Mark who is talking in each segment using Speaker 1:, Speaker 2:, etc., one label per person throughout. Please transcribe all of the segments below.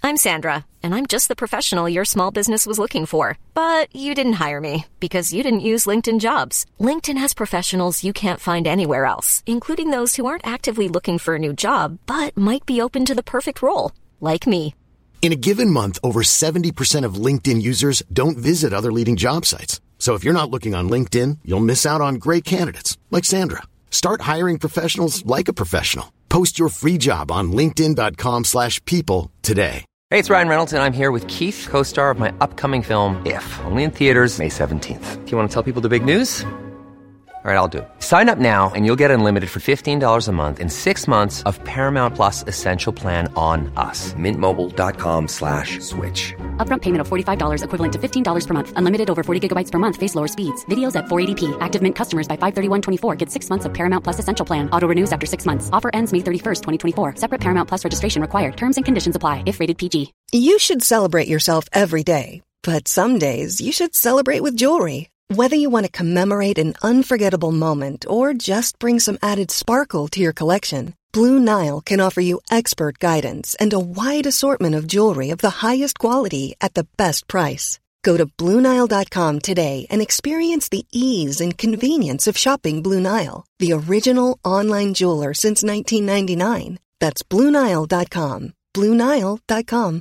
Speaker 1: I'm Sandra, and I'm just the professional your small business was looking for. But you didn't hire me because you didn't use LinkedIn Jobs. LinkedIn has professionals you can't find anywhere else, including those who aren't actively looking for a new job, but might be open to the perfect role, like me.
Speaker 2: In a given month, over 70% of LinkedIn users don't visit other leading job sites. So if you're not looking on LinkedIn, you'll miss out on great candidates like Sandra. Start hiring professionals like a professional. Post your free job on linkedin.com/people today.
Speaker 3: Hey, it's Ryan Reynolds, and I'm here with Keith, co-star of my upcoming film, If, only in theaters May 17th. Do you want to tell people the big news? All right, I'll do it. Sign up now and you'll get unlimited for $15 a month and 6 months of Paramount Plus Essential Plan on us. MintMobile.com/switch.
Speaker 4: Upfront payment of $45 equivalent to $15 per month. Unlimited over 40 gigabytes per month. Face lower speeds. Videos at 480p. Active Mint customers by 531.24 get 6 months of Paramount Plus Essential Plan. Auto renews after 6 months. Offer ends May 31st, 2024. Separate Paramount Plus registration required. Terms and conditions apply if rated PG.
Speaker 5: You should celebrate yourself every day. But some days you should celebrate with jewelry. Whether you want to commemorate an unforgettable moment or just bring some added sparkle to your collection, Blue Nile can offer you expert guidance and a wide assortment of jewelry of the highest quality at the best price. Go to BlueNile.com today and experience the ease and convenience of shopping Blue Nile, the original online jeweler since 1999. That's BlueNile.com. BlueNile.com.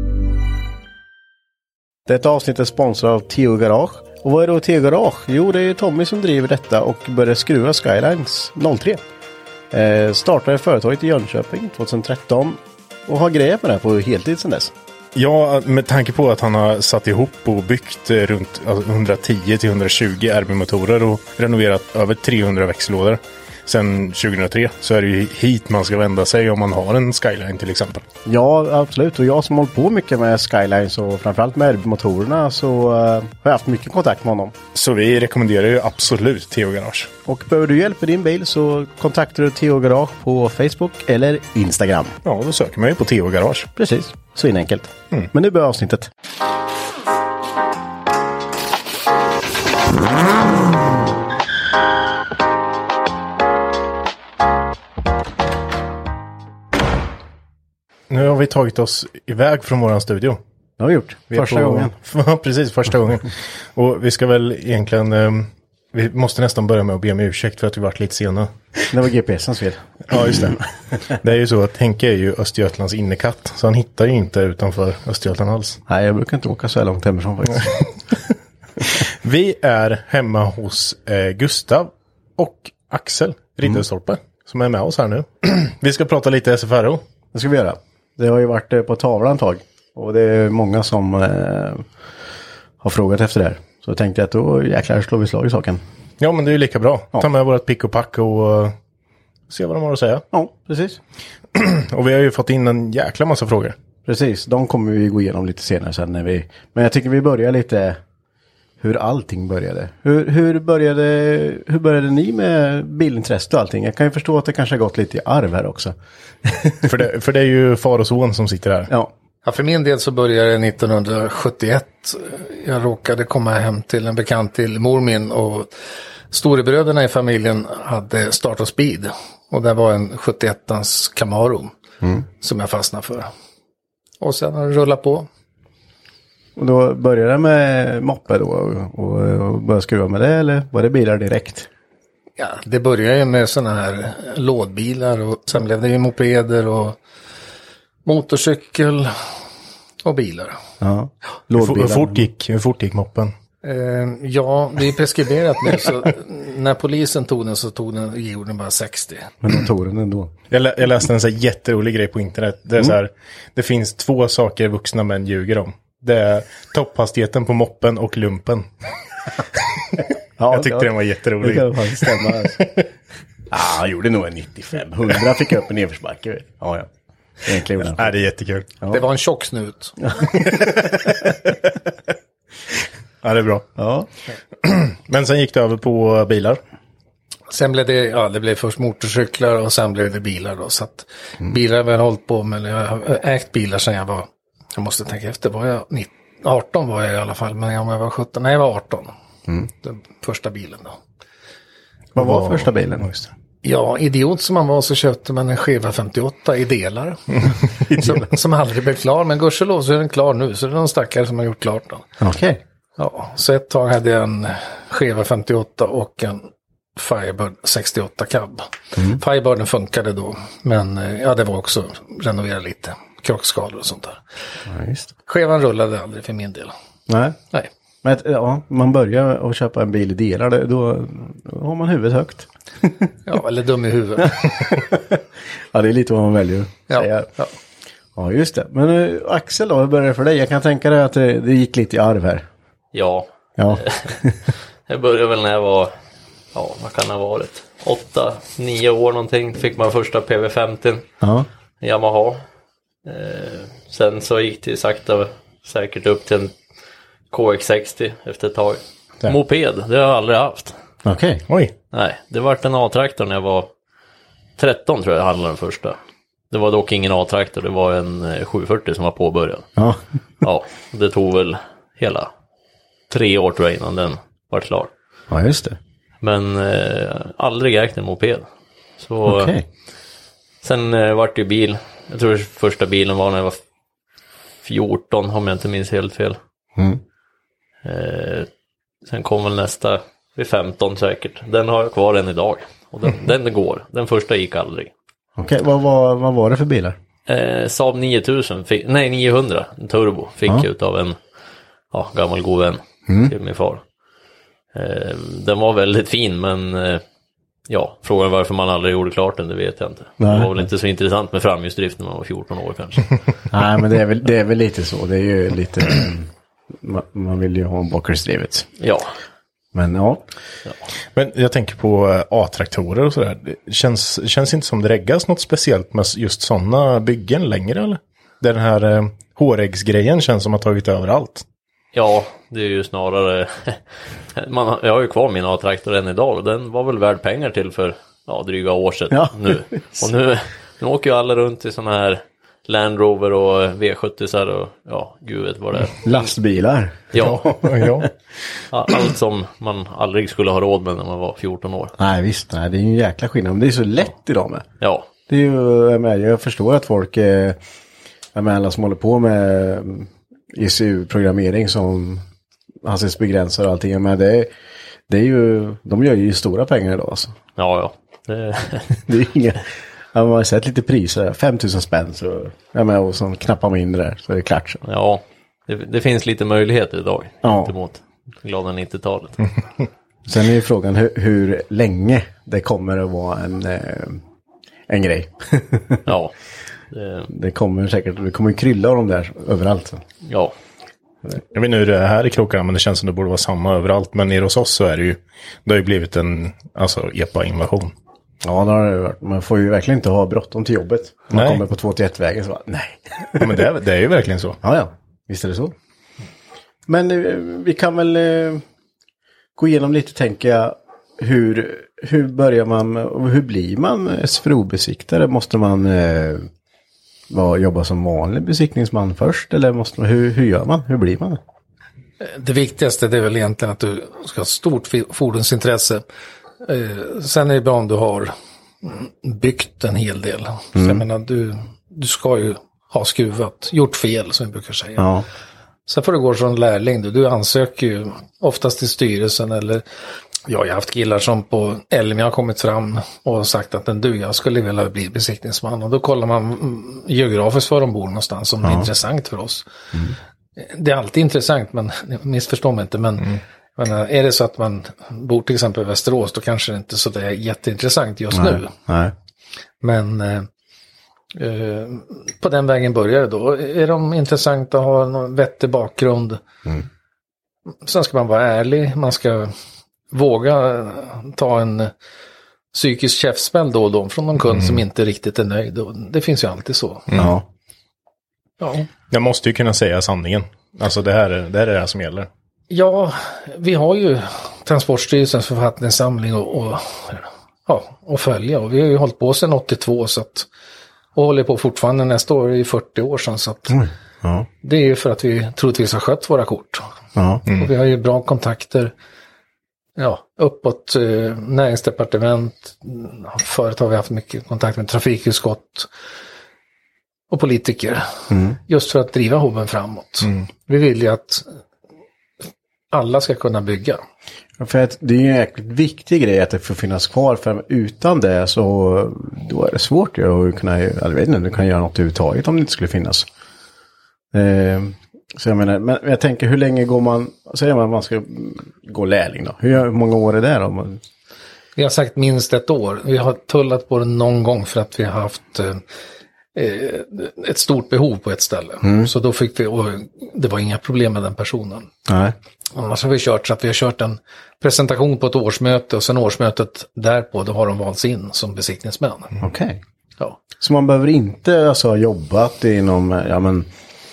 Speaker 6: Detta avsnitt är sponsrat av Theo Garage. Och vad är då Theo Garage? Jo, det är Tommy som driver detta och började skruva Skylines 03. Startade företaget i Jönköping 2013 och har grejer med det på heltid sedan dess.
Speaker 7: Ja, med tanke på att han har satt ihop och byggt runt 110-120 RB-motorer och renoverat över 300 växellådor sedan 2003, så är det ju hit man ska vända sig om man har en Skyline till exempel.
Speaker 6: Ja, absolut. Och jag som hållit på mycket med Skylines och framförallt med RB-motorerna så har jag haft mycket kontakt med honom.
Speaker 7: Så vi rekommenderar ju absolut Theo Garage.
Speaker 6: Och behöver du hjälp med din bil så kontaktar du Theo Garage på Facebook eller Instagram.
Speaker 7: Ja, då söker man ju på Theo Garage.
Speaker 6: Precis, så enkelt. Men nu börjar avsnittet.
Speaker 7: Nu har vi tagit oss iväg från våran studio.
Speaker 6: Det har vi gjort. Första gången.
Speaker 7: Ja, precis, första gången. Och vi ska väl egentligen... vi måste nästan börja med att be om ursäkt för att vi varit lite sena.
Speaker 6: Det var GPSens fel.
Speaker 7: Ja, just det. Det är ju så att Henke är ju Östergötlands innekatt. Så han hittar ju inte utanför Östergötland alls.
Speaker 6: Nej, jag brukar inte åka så långt hemifrån faktiskt.
Speaker 7: Vi är hemma hos Gustav och Axel Ridderstolpe som är med oss här nu. Vi ska prata lite SFRO.
Speaker 6: Det ska vi göra. Det har ju varit på tavlan ett tag. Och det är många som har frågat efter det här. Så jag tänkte att då jäklar slår vi slag i saken.
Speaker 7: Ja, men det är ju lika bra.
Speaker 6: Ja.
Speaker 7: Ta med vårat pick och pack och se vad de har att säga.
Speaker 6: Ja, precis.
Speaker 7: Och vi har ju fått in en jäkla massa frågor.
Speaker 6: Precis, de kommer vi gå igenom lite senare sen när vi... Men jag tycker vi börjar lite hur allting började. Hur började ni med bilintresset och allting? Jag kan ju förstå att det kanske har gått lite i arv här också.
Speaker 7: för det är ju far och son som sitter här.
Speaker 6: Ja.
Speaker 8: Ja, för min del så började det 1971. Jag råkade komma hem till en bekant till mor min och storebröderna i familjen hade startat speed. Och det var en 71ans Camaro som jag fastnade för. Och sen har det rullat på.
Speaker 6: Och då började det med moppe då och började skruva med det, eller var det bilar direkt?
Speaker 8: Ja, det började ju med sådana här lådbilar och sen blev det ju mopeder och motorcykel och bilar.
Speaker 6: Ja.
Speaker 7: Hur fort gick moppen?
Speaker 8: Ja, det är preskriberat nu så när polisen tog den så gjorde den bara 60.
Speaker 6: Men de tog den ändå.
Speaker 7: Jag läste en så här jätterolig grej på internet. Det är så här, det finns 2 saker vuxna män ljuger om. Det är topphastigheten på moppen och lumpen. Ja, jag tyckte den var jätterolig.
Speaker 6: Det kan faktiskt stämma. Alltså. Han gjorde nog en 95. 100 fick upp en nedförsbacke. Ja.
Speaker 7: Det är jättekul.
Speaker 8: Ja. Det var en tjock snut.
Speaker 7: Ja, det är bra.
Speaker 6: Ja.
Speaker 7: Men sen gick det över på bilar.
Speaker 8: Sen blev det blev först motorcyklar och sen blev det bilar då. Så att bilar har jag hållit på med. Jag har ägt bilar sedan jag måste tänka efter, var jag 18 var jag i alla fall. Men om jag var 17, nej jag var 18. Den första bilen då.
Speaker 6: Vad var första bilen?
Speaker 8: Ja, idiot som man var så köpte man en Cheva 58 i delar. som aldrig blev klar, men gudskelov så är den klar nu. Så det är någon stackare som har gjort klart den.
Speaker 6: Okej.
Speaker 8: Ja, så ett tag hade jag en Cheva 58 och en Firebird 68 cab. Firebirden funkade då, men ja, det var också renovera lite. Krockskador och sånt där.
Speaker 6: Ja, just det.
Speaker 8: Chevan rullade aldrig för min del.
Speaker 6: Nej. Men man börjar att köpa en bil i delar, då har man huvudet högt.
Speaker 8: Ja, eller dum i huvudet.
Speaker 6: Ja, det är lite vad man väljer. Ja, just det. Men Axel då, hur började det för dig? Jag kan tänka dig att det gick lite i arv här.
Speaker 9: Ja. Jag började väl när jag var, vad kan det ha varit? 8-9 år någonting. Fick man första PV50.
Speaker 6: Ja.
Speaker 9: Yamaha. Sen så gick det sakta säkert upp till en KX60 efter ett tag.
Speaker 6: Ja.
Speaker 9: Moped, det har jag aldrig haft.
Speaker 6: Okej.
Speaker 7: Oj.
Speaker 9: Nej, det var en A-traktor när jag var 13 tror jag handlade den första. Det var dock ingen A-traktor, det var en 740 som var påbörjad.
Speaker 6: Ja.
Speaker 9: Ja, det tog väl hela 3 år tror jag innan den var klar.
Speaker 6: Ja, just det.
Speaker 9: Men aldrig ägt en moped. Så sen vart det bil. Jag tror första bilen var när jag var 14 om jag inte minns helt fel. Sen kom väl nästa vid 15 säkert. Den har jag kvar än idag. Och den går. Den första gick aldrig.
Speaker 6: Okej, vad var det för bilar?
Speaker 9: Saab 900. En turbo fick jag utav en gammal god vän till min far. Den var väldigt fin, men frågan varför man aldrig gjorde klart den, det vet jag inte. Nej. Det var väl inte så intressant med framhjulsdrift när man var 14 år kanske.
Speaker 6: Nej, men det är väl lite så. Det är ju lite... Man vill ju ha en bakhjulsdrivet.
Speaker 9: Ja.
Speaker 6: Men ja.
Speaker 7: Men jag tänker på A-traktorer och sådär. Det känns inte som det reggas något speciellt med just sådana byggen längre, eller? Den här håräggsgrejen känns som att ha tagit över allt. Ja,
Speaker 9: det är ju snarare... jag har ju kvar min A-traktor än idag och den var väl värd pengar till för dryga år sedan nu. Och nu åker ju alla runt i sådana här Land Rover och V70 och gud vet vad det är.
Speaker 6: Lastbilar.
Speaker 9: Ja. Allt som man aldrig skulle ha råd med när man var 14 år.
Speaker 6: Nej visst, det är ju en jäkla skillnad. Men det är så lätt idag med.
Speaker 9: Ja.
Speaker 6: Det är ju, jag förstår att folk, alla som håller på med ECU-programmering som hastighetsbegränsar och allting. Men det är ju, de gör ju stora pengar idag alltså.
Speaker 9: Ja.
Speaker 6: Det är inga... Man har sett lite priser, 5 000 spänn så och så knappar man in det där så är det klart. Så.
Speaker 9: Ja, det finns lite möjligheter idag gentemot glada 90-talet.
Speaker 6: Sen är ju frågan hur länge det kommer att vara en grej.
Speaker 9: Ja.
Speaker 6: Det kommer krylla av dem där överallt. Så.
Speaker 9: Ja.
Speaker 7: Jag vet inte hur det är här i Krokarna, men det känns som det borde vara samma överallt. Men nere hos oss så är det har ju blivit en EPA-invasion. Ja, det har det varit. Man får ju verkligen inte ha bråttom till jobbet. Man kommer på 2-1-vägen så bara, nej. Ja, men det är ju verkligen så. Ja, visst är det så. Men vi kan väl gå igenom lite, tänker jag. Hur börjar man, och hur blir man SFRO-besiktare? Måste man jobba som vanlig besiktningsman först? Eller hur gör man? Hur blir man?
Speaker 8: Det viktigaste är väl egentligen att du ska ha stort fordonsintresse. Sen är det bra om du har byggt en hel del. Så jag menar, du ska ju ha skruvat, gjort fel som vi brukar säga. Ja. Sen får du gå som lärling. Du ansöker ju oftast till styrelsen eller jag har haft killar som på Elmia har kommit fram och sagt att jag skulle vilja bli besiktningsman. Och då kollar man geografiskt var de bor någonstans som är intressant för oss. Det är alltid intressant, men missförstå mig inte, men är det så att man bor till exempel i Västerås, då kanske det inte så det är jätteintressant just nu. Nej. Men på den vägen börjar det då. Är de intressanta att ha någon vettig bakgrund? Sen ska man vara ärlig. Man ska våga ta en psykisk käftsmäll då och då från någon kund som inte riktigt är nöjd. Det finns ju alltid så. Ja.
Speaker 7: Jag måste ju kunna säga sanningen. Alltså det är det här som gäller. Ja,
Speaker 8: vi har ju Transportstyrelsens författningssamling och följa. Och vi har ju hållit på sedan 82 så att, och håller på fortfarande nästa år i 40 år sedan. Så att det är ju för att vi troligtvis har skött våra kort. Och vi har ju bra kontakter uppåt näringsdepartement, företag har vi haft mycket kontakt med, trafikutskott och politiker. Just för att driva hobben framåt. Vi vill ju att alla ska kunna bygga.
Speaker 6: För att det är ju en jäkligt viktig grej att det får finnas kvar, för utan det så då är det svårt att kunna, jag vet inte, du kan göra något överhuvudtaget om det inte skulle finnas. Så jag menar, men jag tänker, hur länge går man, säger man ska gå lärling då? Hur många år är det då?
Speaker 8: Vi har sagt minst 1 år. Vi har tullat på det någon gång för att vi har haft ett stort behov på ett ställe. Så då fick vi, och det var inga problem med den personen.
Speaker 6: Nej.
Speaker 8: Annars har vi kört så att vi har kört en presentation på ett årsmöte och sen årsmötet därpå då har de valts in som besiktningsmän.
Speaker 6: Okej.
Speaker 8: Ja.
Speaker 6: Så man behöver inte alltså ha jobbat inom,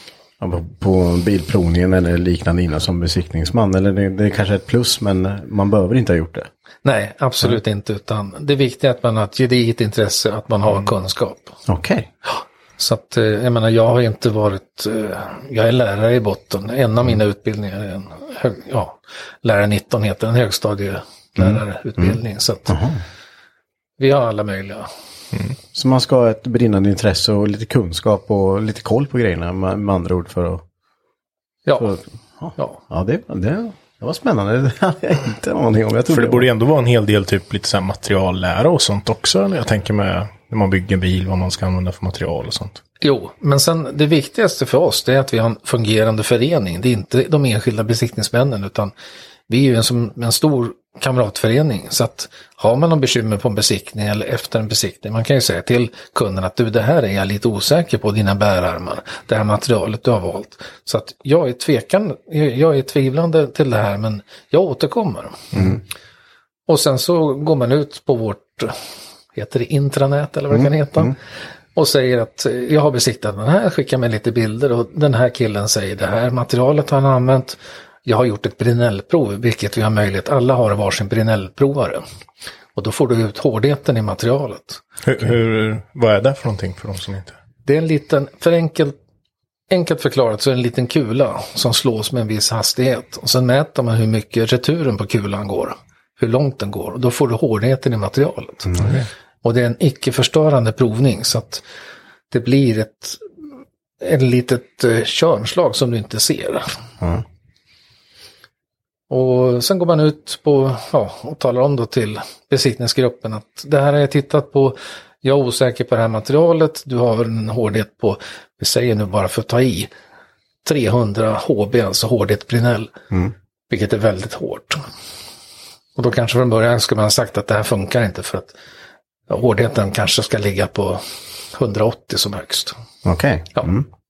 Speaker 6: på bilprovningen eller liknande innan som besiktningsman, eller det är kanske ett plus, men man behöver inte ha gjort det.
Speaker 8: Nej, absolut inte, utan det viktiga är att man har ett gediget intresse, att man har kunskap.
Speaker 6: Okej.
Speaker 8: Så att, jag menar, jag har inte varit, jag är lärare i botten. En av mina utbildningar är lärare 19 heter en högstadielärarutbildning. Så att vi har alla möjliga.
Speaker 6: Så man ska ha ett brinnande intresse och lite kunskap och lite koll på grejerna med andra ord för att... Ja, det var spännande. Det hade jag inte någonting om.
Speaker 7: För det borde ändå vara en hel del typ lite så här materiallära och sånt också. Jag tänker med när man bygger en bil, vad man ska använda för material och sånt.
Speaker 8: Jo, men sen det viktigaste för oss det är att vi har en fungerande förening. Det är inte de enskilda besiktningsmännen, utan vi är ju en stor kamratförening. Så att har man någon bekymmer på en besiktning eller efter en besiktning, man kan ju säga till kunden att du, det här är jag lite osäker på, dina bärarmar, det här materialet du har valt. Så att jag är tvivlande till det här, men jag återkommer. Och sen så går man ut på vårt, heter det intranät eller vad det kan heta, och säger att jag har besiktat den här, skickar med lite bilder och den här killen säger det här materialet har han använt. Jag har gjort ett Brinell-prov, vilket vi har möjlighet. Alla har varsin Brinell-provare. Och då får du ut hårdheten i materialet.
Speaker 7: Vad är det för någonting för de som inte...
Speaker 8: Det är en liten, enkelt förklarat så är det en liten kula som slås med en viss hastighet. Och sen mäter man hur mycket returen på kulan går. Hur långt den går. Och då får du hårdheten i materialet. Och det är en icke-förstörande provning så att det blir ett litet körnslag som du inte ser. Och sen går man ut på, och talar om då till besiktningsgruppen att det här har jag tittat på, jag är osäker på det här materialet, du har en hårdhet på, vi säger nu bara för att ta i, 300 HB, alltså hårdhet Brinell, vilket är väldigt hårt. Och då kanske från början skulle man ha sagt att det här funkar inte för att hårdheten kanske ska ligga på 180 som högst.
Speaker 6: Okej.
Speaker 8: Ja.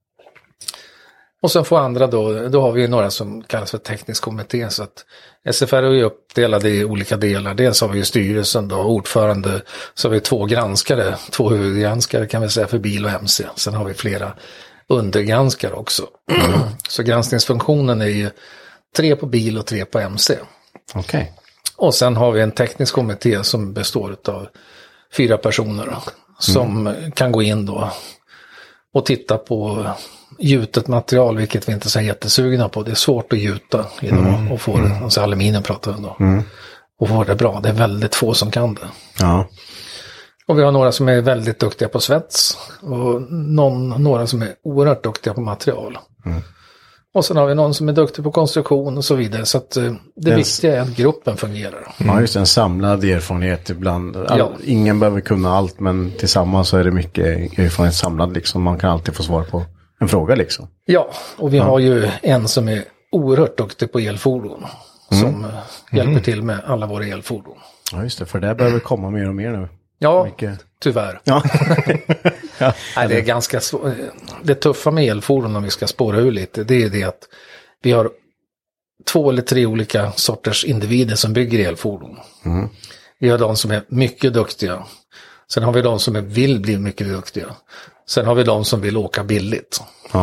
Speaker 8: Och sen får andra då har vi ju några som kallas för teknisk kommitté, så att SFR är ju uppdelade i olika delar. Dels har vi ju styrelsen då, ordförande, så har vi 2 granskare, 2 huvudgranskare kan vi säga för bil och MC. Sen har vi flera undergranskare också. Så granskningsfunktionen är ju 3 på bil och 3 på MC.
Speaker 6: Okej.
Speaker 8: Och sen har vi en teknisk kommitté som består av 4 personer som kan gå in då och titta på gjutet material, vilket vi inte är så jättesugna på. Det är svårt att gjuta idag och få det, alltså aluminium pratar vi då. Och få det bra. Det är väldigt få som kan det.
Speaker 6: Ja.
Speaker 8: Och vi har några som är väldigt duktiga på svets och några som är oerhört duktiga på material. Och sen har vi någon som är duktig på konstruktion och så vidare. Så att det viktiga är att gruppen fungerar.
Speaker 6: Ja, just en samlad erfarenhet ibland. Ingen behöver kunna allt, men tillsammans så är det mycket erfarenhet samlad liksom. Man kan alltid få svar på en fråga liksom.
Speaker 8: Ja, och vi har ju en som är oerhört duktig på elfordon. Som hjälper till med alla våra elfordon.
Speaker 6: Ja, just det. För det behöver komma mer och mer nu.
Speaker 8: Ja, tyvärr.
Speaker 6: Ja.
Speaker 8: Nej, det är ganska det tuffa med elfordon, om vi ska spåra ur lite, det är det att vi har 2 eller 3 olika sorters individer som bygger elfordon. Vi har de som är mycket duktiga. Sen har vi de som vill bli mycket duktiga. Sen har vi de som vill åka billigt.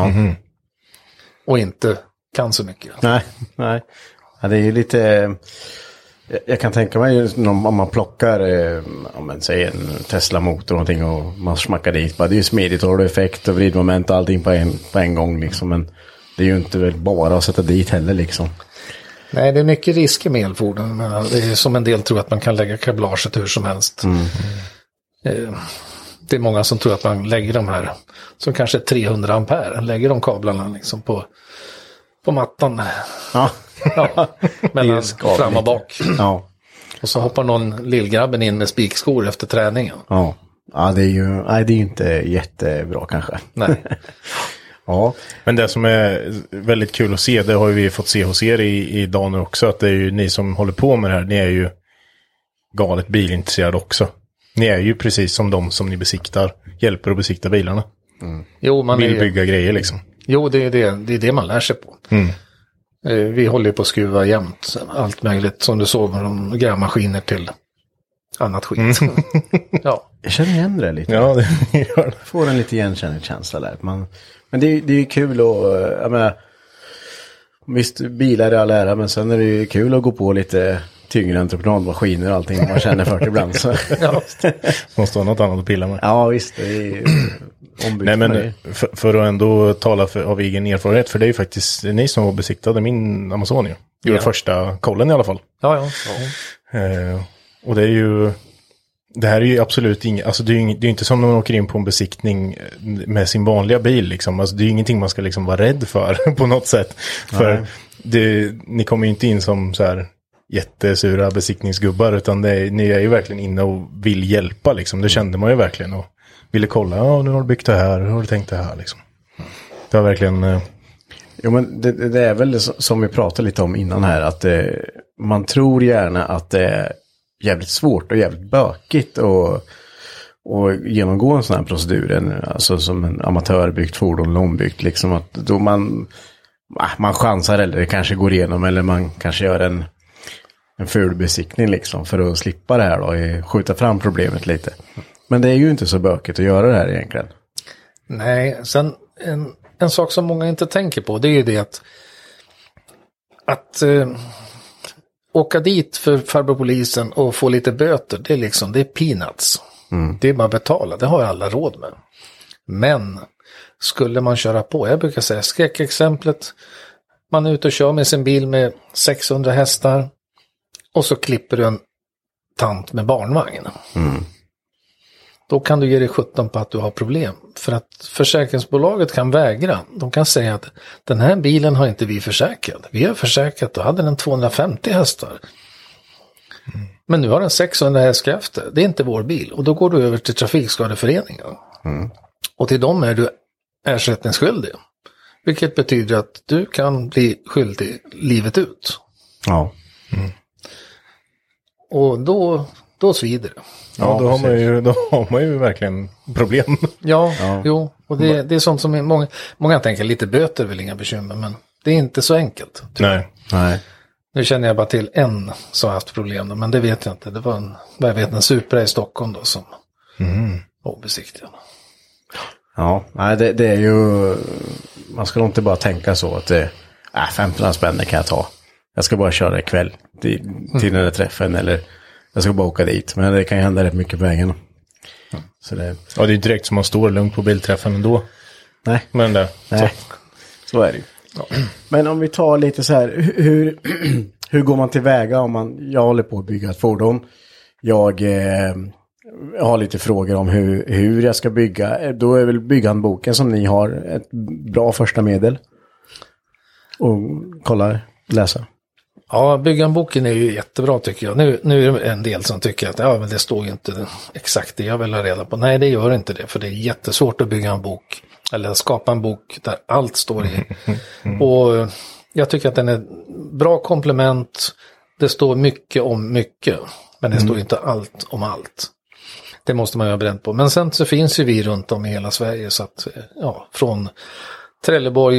Speaker 8: Och inte kan så mycket.
Speaker 6: Nej. Ja, det är ju lite... Jag kan tänka mig om man plockar om man säger en Tesla-motor och någonting och man smackar dit. Det är ju smidigt och har effekt och vridmoment och allting på en gång liksom. Men det är ju inte väl bara att sätta dit heller liksom.
Speaker 8: Nej, det är mycket risker med elfordon. Men det är som en del tror att man kan lägga kablaget hur som helst. Det är många som tror att man lägger de här som kanske 300 ampere. Lägger de kablarna liksom på mattan.
Speaker 6: Ja.
Speaker 8: Ja, mellan fram och bak.
Speaker 6: Ja.
Speaker 8: Och så hoppar någon lillgrabben in med spikskor efter träningen.
Speaker 6: Ja. Ja, det är ju inte jättebra kanske.
Speaker 8: Nej.
Speaker 6: Ja.
Speaker 7: Men det som är väldigt kul att se, det har ju vi fått se hos er i dag nu också, att det är ju ni som håller på med det här, ni är ju galet bilintresserade också. Ni är ju precis som de som ni besiktar, hjälper att besikta bilarna.
Speaker 8: Jo, man
Speaker 7: vill bygga grejer liksom.
Speaker 8: Jo, det är det man lär sig på. Vi håller på att skruva jämt allt möjligt, som du såg med de grävmaskiner till annat skit. Ja.
Speaker 6: Jag känner igen det lite.
Speaker 7: Ja, det gör det.
Speaker 6: Får en lite igenkännelsekänsla där. Men det är ju kul och jag menar, visst, bilar är all ära, men sen är det ju kul att gå på lite tyngre entreprenadmaskiner och allting man känner för ibland. Så.
Speaker 7: Ja, måste ha något annat att pilla med.
Speaker 6: Ja, visst. Det är ombytt. Nej, men
Speaker 7: för att ändå tala av egen erfarenhet, för det är ju faktiskt ni som var besiktade min Amazon ju. Gjorde första kollen i alla fall.
Speaker 8: Ja.
Speaker 7: Och det är ju... Det här är ju absolut inget, alltså det är ju inte som när man åker in på en besiktning med sin vanliga bil liksom. Alltså det är ju ingenting man ska liksom vara rädd för på något sätt. För ni kommer ju inte in som så här jättesura besiktningsgubbar, utan ni är ju verkligen inne och vill hjälpa liksom. Det kände man ju verkligen och ville kolla, nu har du byggt det här, hur har du tänkt det här liksom. Det var verkligen...
Speaker 6: Jo, men det är väl som vi pratade lite om innan här, att man tror gärna att det är jävligt svårt och jävligt bökigt och genomgå en sån här procedur, alltså som en amatörbyggt fordon eller ombyggt liksom, att då man chansar eller det kanske går igenom, eller man kanske gör en ful besiktning liksom för att slippa det här då, skjuta fram problemet lite. Men det är ju inte så bökigt att göra det här egentligen.
Speaker 8: Nej, sen en sak som många inte tänker på, det är ju det att åka dit för farbrorpolisen och få lite böter, det är peanuts. Det är bara betala, det har alla råd med. Men skulle man köra på, jag brukar säga skräckexemplet, man är ute och kör med sin bil med 600 hästar och så klipper du en tant med barnvagn. Då kan du ge dig 17 på att du har problem. För att försäkringsbolaget kan vägra. De kan säga att den här bilen har inte vi försäkrat. Vi har försäkrat, då hade den 250 hästar. Men nu har den 600 hästkrafter. Det är inte vår bil. Och då går du över till Trafikskadeföreningen. Och till dem är du ersättningsskyldig. Vilket betyder att du kan bli skyldig livet ut.
Speaker 6: Ja.
Speaker 8: Och då svider det.
Speaker 7: Ja, då har man ju verkligen problem.
Speaker 8: Ja. Jo. Och det är sånt som många tänker, lite böter är väl inga bekymmer, men det är inte så enkelt.
Speaker 7: Nej.
Speaker 8: Nu känner jag bara till en som har haft problem, men det vet jag inte. Det var en Supra i Stockholm då som var besiktigad. Ja,
Speaker 6: nej, det är ju, man ska nog inte bara tänka så att 15 spänn kan jag ta. Jag ska bara köra ikväll till den där träffen, eller jag ska bara åka dit. Men det kan ju hända rätt mycket på vägen. Så det är ju
Speaker 7: direkt som man står lugnt på bilträffen ändå.
Speaker 6: Nej.
Speaker 7: Men
Speaker 6: nej. Så är det ju. Ja. Men om vi tar lite så här, hur går man tillväga om jag håller på att bygga ett fordon. Jag har lite frågor om hur jag ska bygga. Då är väl bygghandboken som ni har ett bra första medel. Och läsa.
Speaker 8: Ja, bygghandboken är ju jättebra tycker jag. Nu är det en del som tycker att men det står ju inte exakt det jag vill ha reda på. Nej, det gör inte det, för det är jättesvårt att bygga en bok eller skapa en bok där allt står i. Och jag tycker att den är bra komplement. Det står mycket om mycket, men det står inte allt om allt. Det måste man ju ha bränt på. Men sen så finns ju vi runt om i hela Sverige, så att från Trelleborg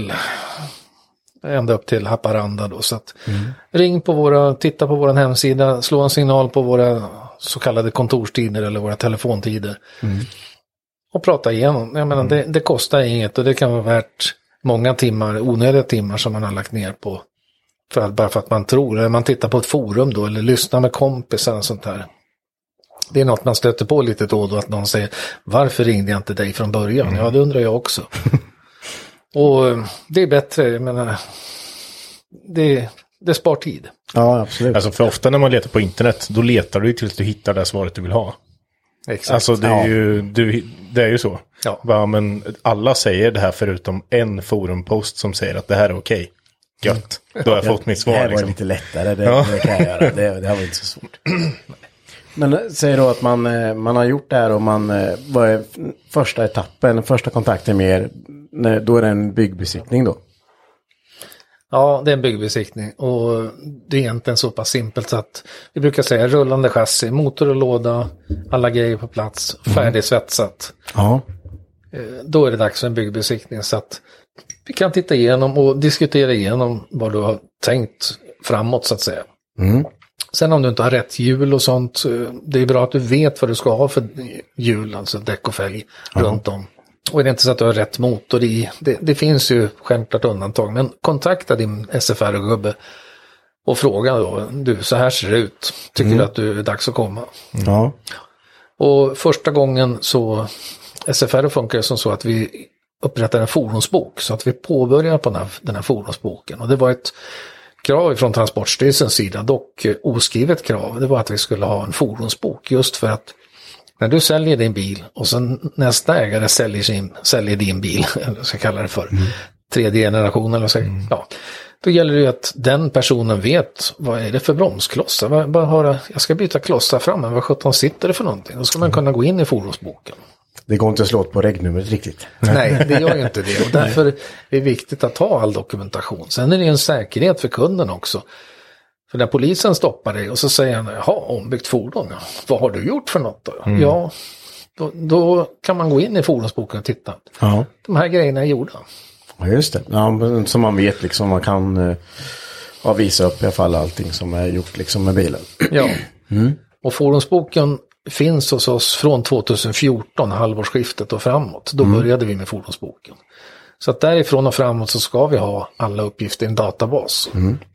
Speaker 8: ända upp till Haparanda då, så att titta på vår hemsida, slå en signal på våra så kallade kontorstider eller våra telefontider och prata igenom. Jag menar, det kostar inget och det kan vara värt många timmar, onödiga timmar som man har lagt ner på bara för att man tror, eller man tittar på ett forum då, eller lyssnar med kompisar och sånt där. Det är något man stöter på lite då, att någon säger, varför ringde jag inte dig från början? Ja, det undrar jag också. Och det är bättre, jag menar, det spar tid.
Speaker 6: Ja, absolut.
Speaker 7: Alltså för ofta när man letar på internet, då letar du tills du hittar det svaret du vill ha.
Speaker 8: Exakt.
Speaker 7: Alltså det är ju, det är ju så.
Speaker 8: Ja.
Speaker 7: Va, men alla säger det här förutom en forumpost som säger att det här är okej. Gött. Då har jag fått mitt svar.
Speaker 6: Det här var
Speaker 7: liksom.
Speaker 6: lite lättare, det kan jag göra. Det här var inte så svårt. Men säg då att man har gjort det här och vad är första etappen, första kontakten med er, då är det en byggbesiktning då?
Speaker 8: Ja, det är en byggbesiktning och det är egentligen så pass simpelt så att vi brukar säga rullande chassi, motor och låda, alla grejer på plats, färdigsvetsat.
Speaker 6: Ja.
Speaker 8: Då är det dags för en byggbesiktning så att vi kan titta igenom och diskutera igenom vad du har tänkt framåt så att säga. Sen om du inte har rätt hjul och sånt, det är bra att du vet vad du ska ha för hjul, alltså däck och fälg runt om. Och är det inte så att du har rätt motor i, det finns ju självklart undantag, men kontakta din SFR-gubbe och fråga då, du så här ser det ut, tycker du att det är dags att komma?
Speaker 6: Ja.
Speaker 8: Och första gången så, SFR funkar som så att vi upprättar en fordonsbok, så att vi påbörjar på den här fordonsboken. Och det var ett krav från Transportstyrelsens sida, dock oskrivet krav, det var att vi skulle ha en fordonsbok just för att när du säljer din bil och sen nästa ägare säljer din bil, eller vad ska jag kalla det för, tredje generationen, eller så, ja, då gäller det ju att den personen vet vad är det för bromsklossar, jag ska byta klossar fram, men vad 17 sitter det för någonting? Då ska man kunna gå in i fordonsboken.
Speaker 6: Det går inte att slå på regnumret riktigt.
Speaker 8: Nej, det gör ju inte det och därför är det viktigt att ta all dokumentation. Sen är det en säkerhet för kunden också. För när polisen stoppar dig och så säger han, jaha, ombyggt fordon, ja. Vad har du gjort för något då? Ja, då kan man gå in i fordonsboken och titta.
Speaker 6: Ja.
Speaker 8: De här grejerna är gjorda.
Speaker 6: Ja, just det. Ja, så man vet liksom, man kan visa upp i alla fall allting som är gjort liksom med bilen.
Speaker 8: Ja, och fordonsboken finns hos oss från 2014, halvårsskiftet och framåt. Då började vi med fordonsboken. Så att därifrån och framåt så ska vi ha alla uppgifter i en databas.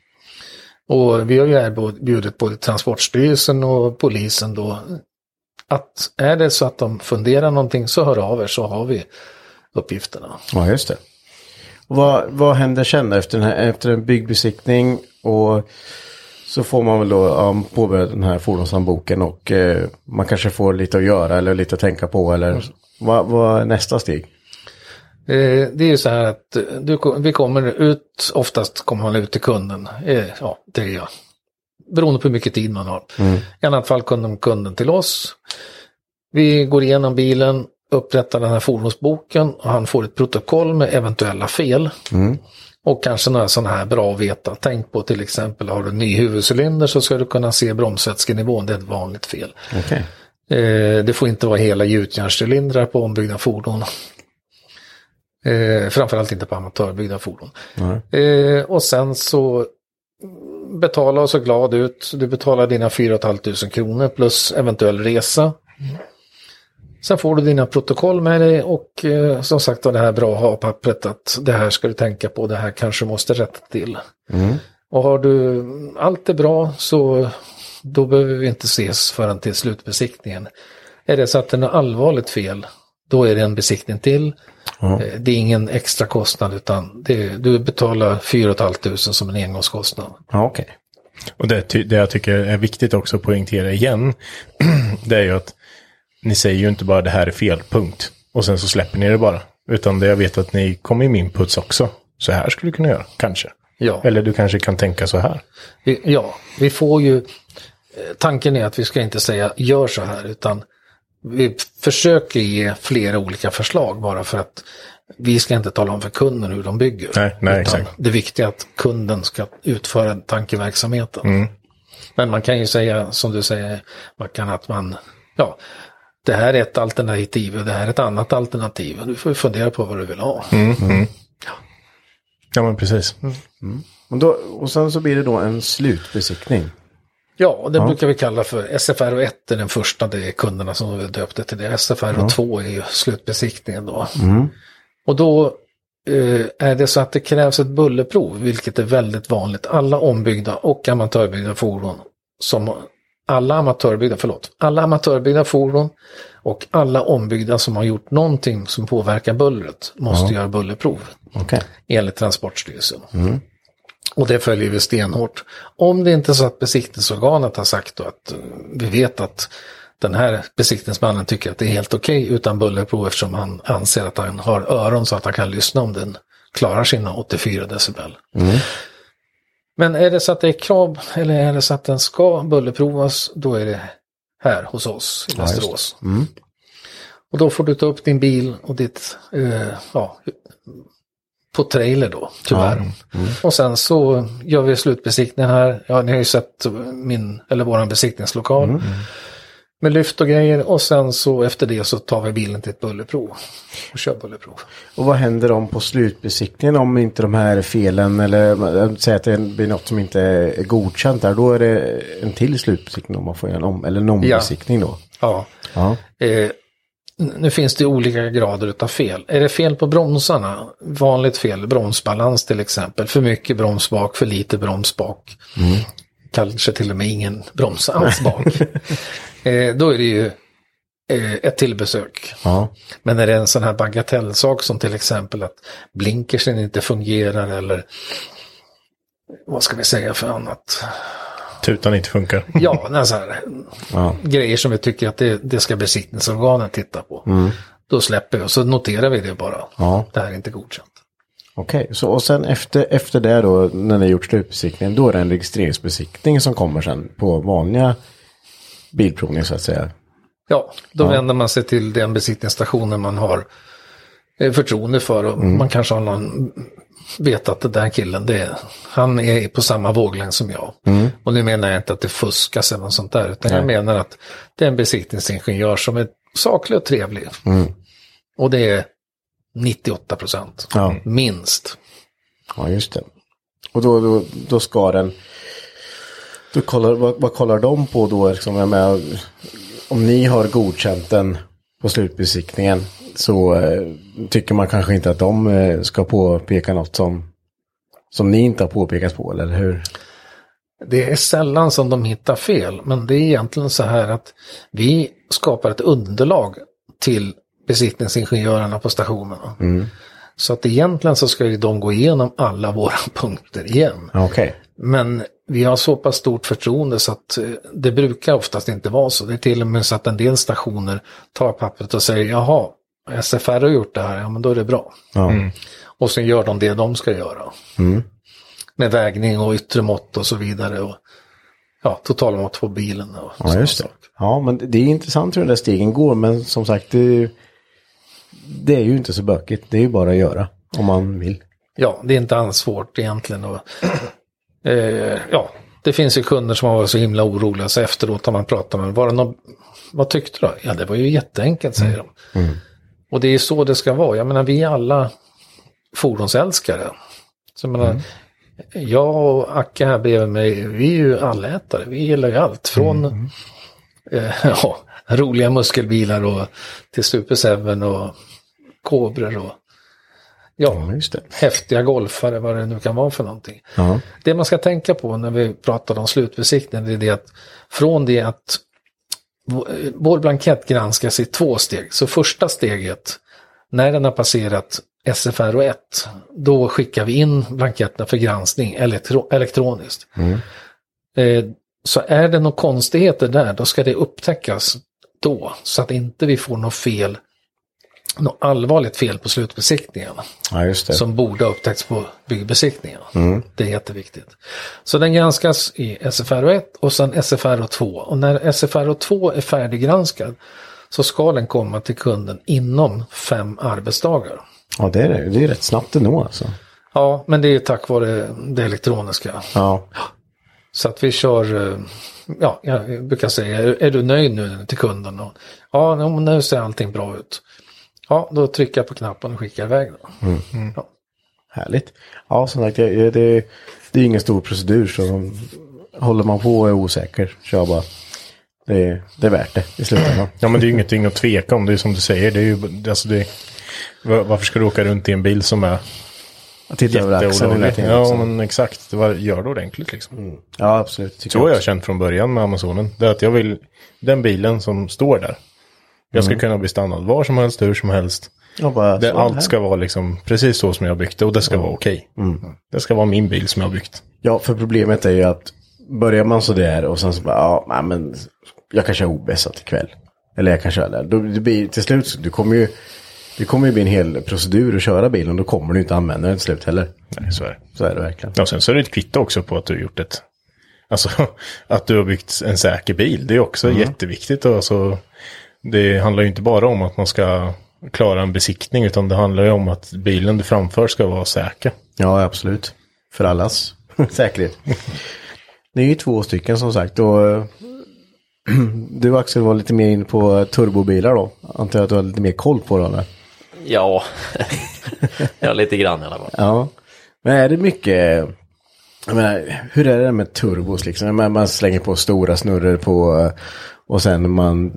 Speaker 8: Och vi har ju erbjudit både Transportstyrelsen och polisen då att är det så att de funderar någonting så hör av er, så har vi uppgifterna.
Speaker 6: Ja, just det. Och vad händer sen efter en byggbesiktning, och så får man väl då påbörja den här fordonshandboken och man kanske får lite att göra eller lite att tänka på, eller vad är nästa steg?
Speaker 8: Det är ju så här att vi kommer ut, oftast kommer man ut till kunden, det är jag. Beroende på hur mycket tid man har. I annat fall kommer kunden till oss. Vi går igenom bilen, upprättar den här fordonsboken och han får ett protokoll med eventuella fel. Och kanske några sådana här bra att veta. Tänk på till exempel, har du en ny huvudcylinder så ska du kunna se bromsvätskenivån, det är ett vanligt fel.
Speaker 6: Okay.
Speaker 8: Det får inte vara hela gjutjärnscylindrar på ombyggda fordon. Framförallt inte på amatörbyggda fordon. Och sen så betala och så glad ut. Du betalar dina 4 500 kronor plus eventuell resa. Sen får du dina protokoll med dig och som sagt var det här bra att ha pappret att det här ska du tänka på, det här kanske måste rätta till. Och har du allt är bra så då behöver vi inte ses förrän till slutbesiktningen. Är det så att det är allvarligt fel, då är det en besiktning till. Det är ingen extra kostnad utan du betalar 4 500 som en engångskostnad.
Speaker 6: Ja, okej.
Speaker 7: Och det jag tycker är viktigt också att poängtera igen, det är ju att ni säger ju inte bara det här är fel, punkt. Och sen så släpper ni det bara. Utan det jag vet att ni kommer med inputs också. Så här skulle du kunna göra, kanske.
Speaker 8: Ja.
Speaker 7: Eller du kanske kan tänka så här.
Speaker 8: Vi får ju... Tanken är att vi ska inte säga gör så här, utan vi försöker ge flera olika förslag bara för att vi ska inte tala om för kunden hur de bygger.
Speaker 7: Nej, exakt.
Speaker 8: Det viktiga är att kunden ska utföra tankeverksamheten. Men man kan ju säga, som du säger, det här är ett alternativ och det här är ett annat alternativ. Du får fundera på vad du vill ha.
Speaker 7: Ja, men precis.
Speaker 6: Och sen så blir det då en slutbesiktning.
Speaker 8: Ja, det brukar vi kalla för SFR1 är den första, det är kunderna som vi döpte till det. SFR2 är ju slutbesiktningen då. Och då är det så att det krävs ett bullerprov, vilket är väldigt vanligt. Alla ombyggda och amatörbyggda fordon alla amatörbyggda fordon och alla ombyggda som har gjort någonting som påverkar bullret måste göra bullerprov enligt Transportstyrelsen. Och det följer vi stenhårt. Om det inte är så att besiktningsorganet har sagt då att vi vet att den här besiktningsmannen tycker att det är helt okej utan bullerprov eftersom han anser att han har öron så att han kan lyssna om den klarar sina 84 decibel. Men är det så att det är krav eller är det så att den ska bullerprovas, då är det här hos oss i Västerås. Och då får du ta upp din bil och ditt på trailer då, tyvärr. Och sen så gör vi slutbesiktningen här. Ja, ni har ju sett våran besiktningslokal med lyft och grejer. Och sen så efter det så tar vi bilen till ett bullerprov och kör bullerprov.
Speaker 6: Och vad händer om på slutbesiktningen om inte de här felen eller säg att det blir något som inte är godkänt där, då är det en till slutbesiktning om man får en ombesiktning då?
Speaker 8: Ja. Nu finns det olika grader utav fel. Är det fel på bromsarna? Vanligt fel, bromsbalans till exempel. För mycket broms bak, för lite broms bak. Kanske till och med ingen broms alls bak. Då är det ju ett tillbesök. Men är det en sån här bagatellsak som till exempel att blinkersen inte fungerar eller vad ska vi säga för annat?
Speaker 7: Tutan inte funkar.
Speaker 8: Ja, så här, grejer som vi tycker att det ska besiktningsorganen titta på. Då släpper vi och så noterar vi det bara. Det här är inte godkänt.
Speaker 6: Okej, så och sen efter det då, när ni har gjort slutbesiktningen, då är det en registreringsbesiktning som kommer sen på vanliga bilprovning så att säga. Ja,
Speaker 8: då vänder man sig till den besiktningsstationen man har förtroende för och man kanske har någon vet att den där killen, han är på samma våglängd som jag. Och nu menar jag inte att det fuskas eller något sånt där, utan jag menar att det är en besiktningsingenjör som är saklig och trevlig. Och det är 98%. Minst.
Speaker 6: Ja, just det. Och då ska den vad kollar de på då liksom, om ni har godkänt den på slutbesiktningen så tycker man kanske inte att de ska påpeka något som ni inte har påpekat på, eller hur?
Speaker 8: Det är sällan som de hittar fel, men det är egentligen så här att vi skapar ett underlag till besiktningsingenjörerna på stationerna. Så att egentligen så ska ju de gå igenom alla våra punkter igen. Men vi har så pass stort förtroende så att det brukar oftast inte vara så. Det är till och med så att en del stationer tar pappret och säger jaha, SFR har gjort det här, ja men då är det bra. Och sen gör de det de ska göra. Med vägning och yttre mått och så vidare och totalmått på bilen. Och
Speaker 6: just det. Ja, men det är intressant hur den där stegen går, men som sagt det är ju inte så bökigt. Det är ju bara att göra om man vill. Ja,
Speaker 8: det är inte alls svårt egentligen. Och, det finns ju kunder som har varit så himla oroliga så efteråt har man pratat med vad tyckte du? Ja, det var ju jätteenkelt, säger de. Och det är så det ska vara. Jag menar, vi är alla fordonsälskare. Så jag menar, jag och Acke här bredvid mig, vi är ju allätare. Vi gillar ju allt från roliga muskelbilar och till Super 7 och kobror och just det. Häftiga golfare, vad det nu kan vara för någonting. Det man ska tänka på när vi pratar om slutbesiktningen är det att från det att vår blankett granskas i 2 steg. Så första steget, när den har passerat SFR 1, då skickar vi in blanketten för granskning elektroniskt. Så är det några konstigheter där, då ska det upptäckas då, så att inte vi får något allvarligt fel på slutbesiktningen.
Speaker 6: Just det.
Speaker 8: Som borde ha upptäckts på byggbesiktningen. Det är jätteviktigt. Så den granskas i SFR 1 och sen SFR 2. Och när SFR 2 är färdiggranskad så ska den komma till kunden inom 5 arbetsdagar. Ja, det är rätt snabbt ändå alltså. Ja, men det är tack vare det elektroniska. Så att vi kör, jag brukar säga, är du nöjd nu till kunden? Och, ja, nu ser allting bra ut. Ja, då trycker jag på knappen och skickar iväg då. Härligt. Ja, som sagt, det är ingen stor procedur, så håller man på och är osäker, kör bara. Det är värt det i slutändan.
Speaker 7: Ja, men det är ju ingenting att tveka om, det är som du säger. Det är ju, alltså varför ska du åka runt i en bil som är jätteolaglig? Ja, men exakt. Gör det ordentligt liksom. Ja, absolut. Så har jag känt från början med Amazonen. Det är att jag vill den bilen som står där. Jag ska kunna bli stannad var som helst, hur som helst. Allt ska vara liksom precis så som jag har byggt det och det ska vara okej. Det ska vara min bil som jag har byggt.
Speaker 6: Ja, för problemet är ju att börjar man så där och sen så bara, men jag kan köra obässat ikväll. Eller jag kan köra där. Då det blir till slut, det kommer ju bli en hel procedur att köra bilen. Då kommer du inte använda den till slut heller.
Speaker 7: Nej, så är det.
Speaker 6: Så är det verkligen.
Speaker 7: Ja, sen så är det ett kvitto också på att du har gjort det. Alltså, att du har byggt en säker bil. Det är också jätteviktigt. Alltså, det handlar ju inte bara om att man ska klara en besiktning. Utan det handlar ju om att bilen du framför ska vara säker.
Speaker 6: Ja, absolut. För allas säkerhet. Det är ju 2 stycken som sagt. Och du Axel var lite mer in på turbobilar då. Antar jag att du har lite mer koll på det.
Speaker 9: Ja, ja, lite grann i alla fall.
Speaker 6: Ja, men är det mycket... Jag menar, hur är det med turbos liksom? Man slänger på stora snurror på och sen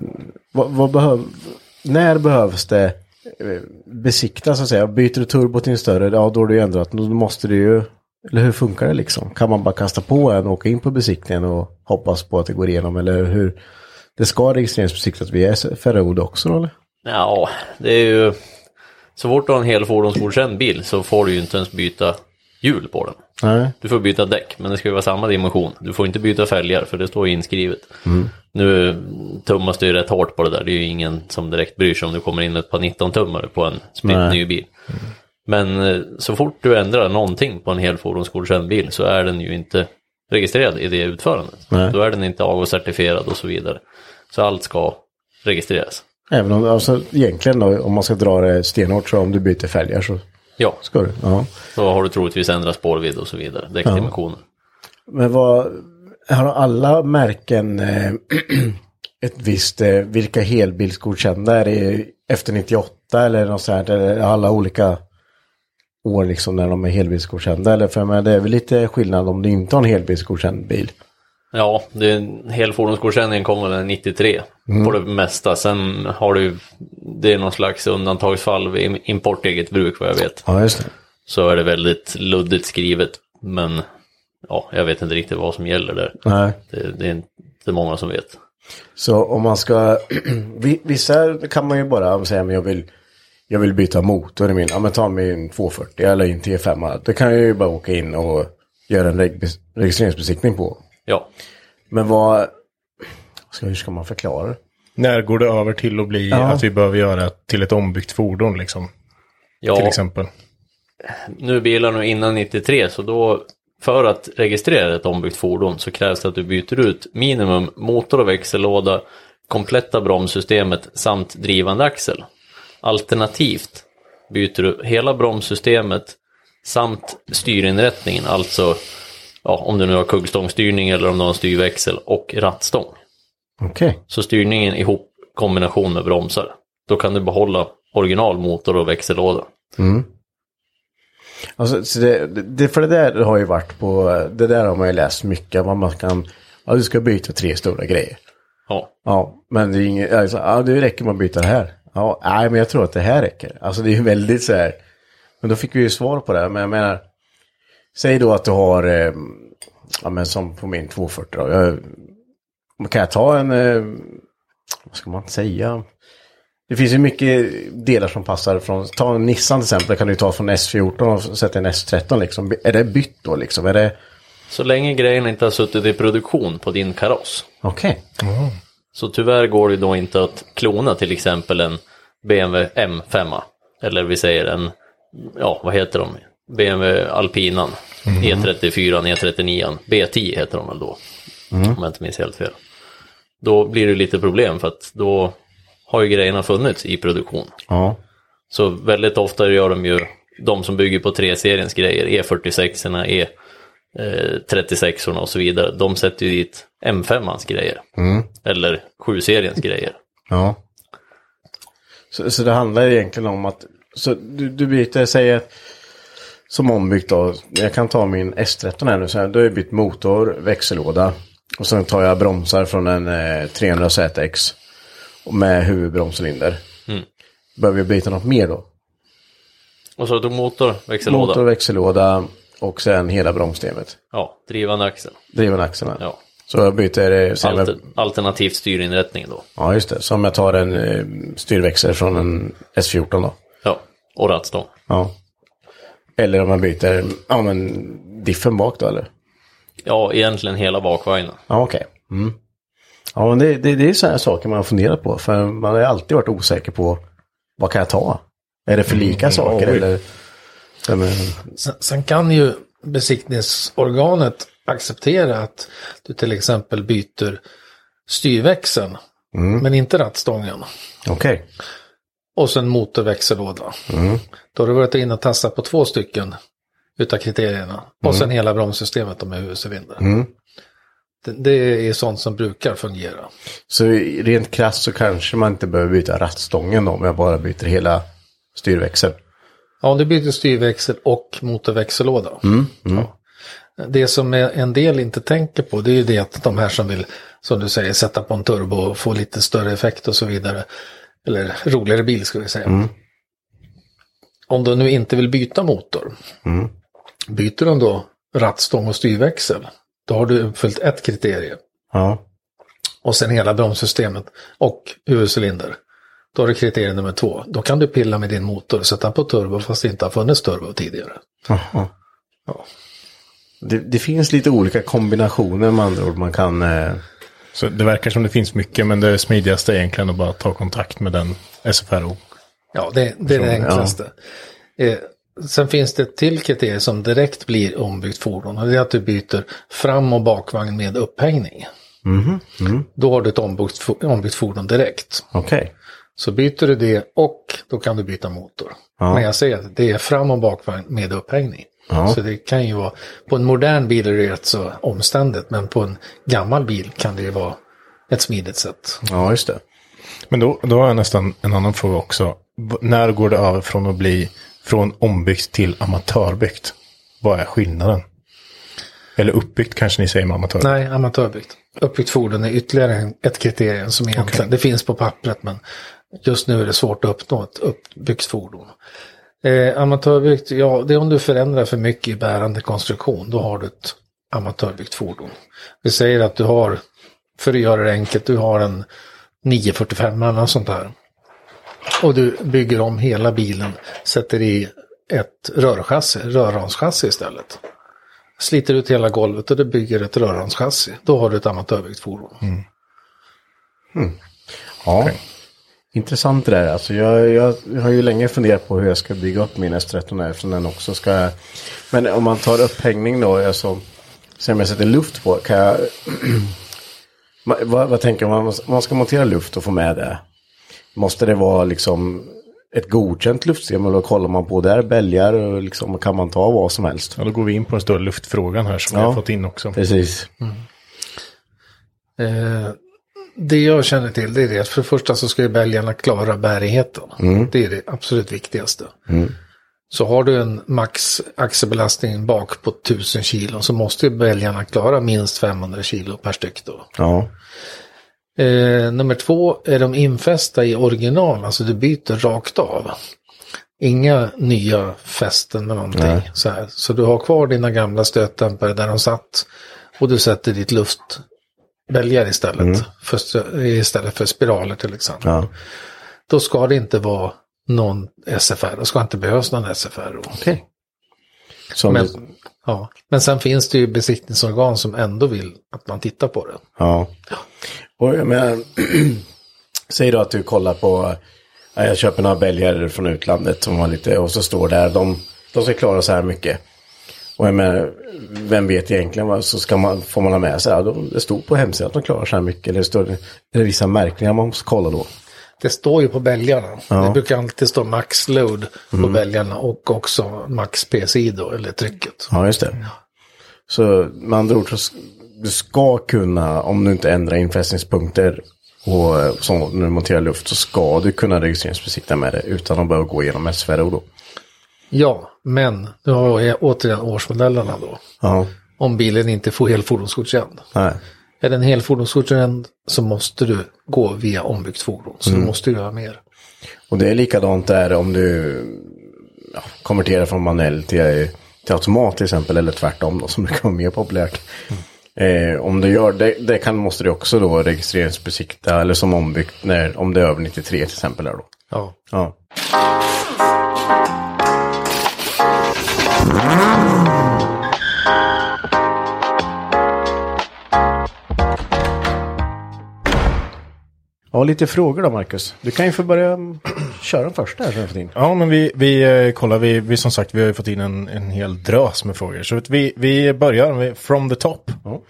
Speaker 6: när behövs det besiktas så att säga? Byter du turbo till en större, ja då är det ju ändrat. Då måste det ju, eller hur funkar det liksom? Kan man bara kasta på en och åka in på besiktningen och hoppas på att det går igenom? Eller hur? Det ska registreringsbesiktas via FRO också eller?
Speaker 9: Ja, det är ju... Så fort du har en hel fordonsgodkänd bil så får du ju inte ens byta hjul på den.
Speaker 6: Nej.
Speaker 9: Du får byta däck, men det ska ju vara samma dimension. Du får inte byta fälgar, för det står ju inskrivet. Nu tummas det ju rätt hårt på det där. Det är ju ingen som direkt bryr sig om du kommer in ett par 19-tummare på en splitt ny bil. Men så fort du ändrar någonting på en hel fordonsgodkänd bil så är den ju inte registrerad i det utförandet.
Speaker 6: Nej.
Speaker 9: Då är den inte AGO-certifierad och så vidare. Så allt ska registreras.
Speaker 6: Även om, alltså egentligen då, om man ska dra det stenhårt så om du byter fälgar så ska du. Ja.
Speaker 9: Så har du troligtvis ändrat spårvidd och så vidare, däckdimensioner.
Speaker 6: Men har alla märken ett visst, vilka helbilsgodkända är det efter 98 eller något sånt här, eller alla olika år liksom när de är helbilsgodkända, eller för mig det är väl lite skillnad om du inte har en helbilsgodkänd bil.
Speaker 9: Ja, det är en hel fordonsgodkänning kommer den 93 på det mesta. Sen har du, det är någon slags undantagsfall vid importeget bruk vad jag vet.
Speaker 6: Ja, just det.
Speaker 9: Så är det väldigt luddigt skrivet, men ja, jag vet inte riktigt vad som gäller där.
Speaker 6: Nej.
Speaker 9: Det är inte många som vet.
Speaker 6: Så om man ska, vissa kan man ju bara säga, men jag vill byta motor i min, ja men ta min 240 eller en T5. Det kan jag ju bara åka in och göra en registreringsbesiktning på.
Speaker 9: Ja.
Speaker 6: Men hur ska man förklara det?
Speaker 7: När går det över till att bli att vi behöver göra till ett ombyggt fordon liksom?
Speaker 9: Ja.
Speaker 7: Till exempel.
Speaker 9: Nu är bilarna innan 93, så då för att registrera ett ombyggt fordon så krävs det att du byter ut minimum motor och växellåda, kompletta bromssystemet samt drivande axel. Alternativt byter du hela bromssystemet samt styrinrättningen, alltså om du nu har kuggstångstyrning eller om du har en styrväxel och rattstång.
Speaker 6: Okej.
Speaker 9: Så styrningen ihop kombination med bromsar. Då kan du behålla originalmotor och växellåda.
Speaker 6: Alltså, så för det där har ju varit på, det där har man ju läst mycket, man kan, du ska byta 3 stora grejer. Ja, men det är inget, alltså, det räcker med att byta det här. Ja, nej, men jag tror att det här räcker. Alltså det är ju väldigt så här, men då fick vi ju svar på det, men jag menar, säg då att du har, men som på min 240 då, kan jag ta en, vad ska man säga? Det finns ju mycket delar som passar från, ta en Nissan till exempel, kan du ta från S14 och sätta en S13 liksom. Är det bytt då liksom? Är det...
Speaker 9: Så länge grejen inte har suttit i produktion på din kaross.
Speaker 6: Okej.
Speaker 9: Så tyvärr går det då inte att klona till exempel en BMW M5. Eller vi säger en, vad heter de? BMW Alpinan, E34, E39, B10 heter de väl då. Om jag inte minns helt fel. Då blir det lite problem för att då har ju grejerna funnits i produktion.
Speaker 6: Ja.
Speaker 9: Så väldigt ofta gör de ju, de som bygger på 3-seriens grejer, E46-erna, E36-orna och så vidare, de sätter ju dit M5-ans grejer. Eller 7-seriens grejer. Ja.
Speaker 6: Så det handlar egentligen om att, så du byter, säger som ombyggt då, jag kan ta min S13 här nu, så här, då har jag bytt motor, växellåda och sen tar jag bromsar från en 300ZX med huvudbromscylinder. Behöver jag byta något mer då?
Speaker 9: Och så tog motor, växellåda.
Speaker 6: Motor, växellåda och sen hela bromssystemet.
Speaker 9: Ja, drivande axel.
Speaker 6: Drivande axeln.
Speaker 9: Ja.
Speaker 6: Så jag byter
Speaker 9: alternativt styrinrättning då.
Speaker 6: Ja, just det. Så om jag tar en styrväxel från en S14 då.
Speaker 9: Ja. Och rattstång.
Speaker 6: Ja. Eller om man byter diffen bak då, eller?
Speaker 9: Ja, egentligen hela bakvagnen.
Speaker 6: Ja, okej. Mm. Ja, men det är sådana saker man har funderat på. För man har alltid varit osäker på vad kan jag ta? Är det för lika saker? Eller?
Speaker 8: Sen kan ju besiktningsorganet acceptera att du till exempel byter styrväxeln. Men inte rattstången.
Speaker 6: Okej.
Speaker 8: Och sen motorväxellåda. Då har du varit inne och testat på 2 stycken utav kriterierna. Och sen hela bromssystemet med huvudcylinder. Det är sånt som brukar fungera.
Speaker 6: Så rent krasst så kanske man inte behöver byta rattstången då, om jag bara byter hela styrväxeln.
Speaker 8: Ja, om du byter styrväxel och motorväxellåda. Ja. Det som en del inte tänker på, det är ju det att de här som vill, som du säger, sätta på en turbo och få lite större effekt och så vidare. Eller roligare bil ska vi säga. Om du nu inte vill byta motor. Byter de då rattstång och styrväxel, då har du uppfyllt ett kriterium.
Speaker 6: Ja.
Speaker 8: Och sen hela bromssystemet och huvudcylinder. Då har du kriterium nummer 2. Då kan du pilla med din motor och sätta på turbo fast det inte har funnits turbo tidigare.
Speaker 6: Aha. Ja. Det finns lite olika kombinationer med andra ord man kan...
Speaker 7: Så det verkar som det finns mycket, men det smidigaste är egentligen att bara ta kontakt med den SFRO.
Speaker 8: Ja, det är det enklaste. Ja. Sen finns det ett till kriterium som direkt blir ombyggt fordon. Och det är att du byter fram- och bakvagn med upphängning. Då har du ett ombyggt fordon direkt.
Speaker 6: Okej.
Speaker 8: Så byter du det och då kan du byta motor.
Speaker 6: Ja.
Speaker 8: Men jag säger att det är fram- och bakvagn med upphängning.
Speaker 6: Ja.
Speaker 8: Så det kan ju vara, på en modern bil är det rätt så omständigt, men på en gammal bil kan det ju vara ett smidigt sätt.
Speaker 6: Ja, just det.
Speaker 7: Men då har jag nästan en annan fråga också. När går det över från att bli från ombyggt till amatörbyggt? Vad är skillnaden? Eller uppbyggt kanske ni säger med amatör?
Speaker 8: Nej, amatörbyggt. Uppbyggt fordon är ytterligare ett kriterium som egentligen, det finns på pappret, men just nu är det svårt att uppnå ett uppbyggt fordon. Amatörbyggt, ja, det är om du förändrar för mycket i bärande konstruktion, då har du ett amatörbyggt fordon. Vi säger att du har, för att göra det enkelt, du har en 945 eller något sånt där. Och du bygger om hela bilen, sätter i ett rörramschassi istället. Sliter ut hela golvet och du bygger ett rörramschassi. Då har du ett amatörbyggt fordon.
Speaker 6: Ja, intressant det där. Alltså jag har ju länge funderat på hur jag ska bygga upp min S13 eftersom den också ska... Men om man tar upphängning då, alltså, sen jag sätter luft på, kan jag... vad tänker man? Om man ska montera luft och få med det, måste det vara liksom ett godkänt luftsystem, eller kollar man på där bälgar och liksom, kan man ta vad som helst?
Speaker 7: Ja, då går vi in på en stor luftfrågan här som vi har fått in också.
Speaker 6: Precis.
Speaker 8: Det jag känner till, det är det att för det första så ska ju bälgarna klara bärigheten. Det är det absolut viktigaste. Så har du en max axelbelastning bak på 1000 kilo så måste ju bälgarna klara minst 500 kilo per styck då.
Speaker 6: Ja.
Speaker 8: Nummer 2, är de infästa i original, alltså du byter rakt av. Inga nya fästen med någonting. Så här. Så du har kvar dina gamla stötdämpare där de satt och du sätter ditt luftbälgar istället. Istället för spiraler till exempel.
Speaker 6: Ja.
Speaker 8: Då ska det inte vara någon SFR. Det ska inte behövas någon SFR.
Speaker 6: Okej.
Speaker 8: Men sen finns det ju besiktningsorgan som ändå vill att man tittar på det.
Speaker 6: Ja. Och men säg då att du kollar på, jag köper några bälgar från utlandet som var lite, och så står där, de ska klara så här mycket. Och jag menar, vem vet egentligen vad, så får man ha med sig, det stod på hemsidan att de klarar så här mycket, eller är det vissa märkningar man måste kolla då?
Speaker 8: Det står ju på bälgarna. Det brukar alltid stå max load på bälgarna och också max PSI då, eller trycket.
Speaker 6: Ja, just det. Så med andra ord så du ska kunna, om du inte ändrar infästningspunkter och som när du monterar luft, så ska du kunna registreringsbesikta med det utan att behöva gå igenom SFRO då.
Speaker 8: Ja, men nu har jag återigen årsmodellerna då.
Speaker 6: Ja.
Speaker 8: Om bilen inte får helfordonsgodkänd.
Speaker 6: Nej.
Speaker 8: Är den helfordonsgodkänd så måste du gå via ombyggt fordon. Så du måste göra mer.
Speaker 6: Och det är likadant där om du konverterar från manuell till automat till exempel, eller tvärtom då, som det kan vara mer populärt. Om du gör det måste du också då registreringsbesikta eller som ombyggt om det är över 93 till exempel. Där då.
Speaker 8: Ja.
Speaker 6: Ja. Ja, lite frågor då, Marcus. Du kan ju få börja köra den första här.
Speaker 7: Ja, men vi kollar. Vi som sagt, vi har ju fått in en hel drös med frågor. Så vi börjar med from the top.
Speaker 6: Ja.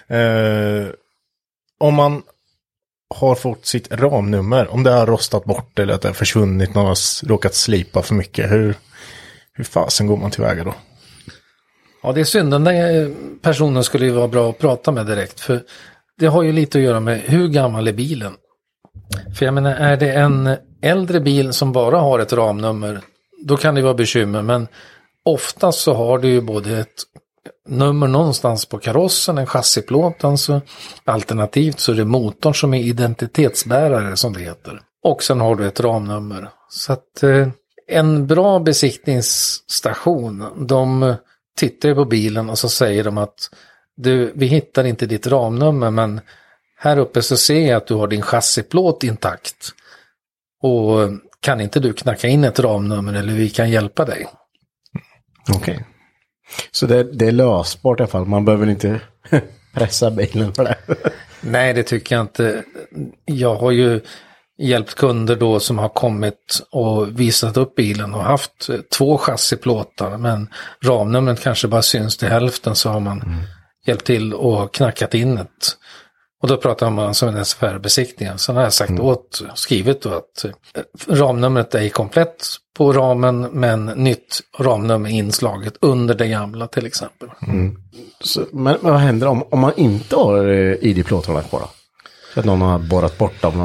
Speaker 7: Om man har fått sitt ramnummer, om det har rostat bort eller att det har försvunnit, någon har råkat slipa för mycket, hur fasen går man tillväga då?
Speaker 8: Ja, det är synd. Den där personen skulle ju vara bra att prata med direkt. För det har ju lite att göra med hur gammal är bilen. För jag menar, är det en äldre bil som bara har ett ramnummer, då kan det vara bekymmer. Men oftast så har du ju både ett nummer någonstans på karossen, en chassiplåt, alltså. Alternativt så är det motorn som är identitetsbärare, som det heter. Och sen har du ett ramnummer. Så att en bra besiktningsstation, de tittar på bilen och så säger de att vi hittar inte ditt ramnummer, men här uppe så ser jag att du har din chassiplåt intakt. Och kan inte du knacka in ett ramnummer, eller vi kan hjälpa dig.
Speaker 6: Okej. Så det är lösbart i alla fall. Man behöver inte pressa bilen för det.
Speaker 8: Nej, det tycker jag inte. Jag har ju hjälpt kunder då som har kommit och visat upp bilen och haft 2 chassiplåtar, men ramnumret kanske bara syns till hälften, så har man hjälpt till och knackat in ett. Och då pratar man som en SFR-besiktning. Så har jag sagt skrivit då att ramnumret är komplett på ramen, men nytt ramnummer inslaget under det gamla till exempel.
Speaker 6: Så, men vad händer om man inte har ID-plåtarna kvar då? Så att någon har borrat bort dem,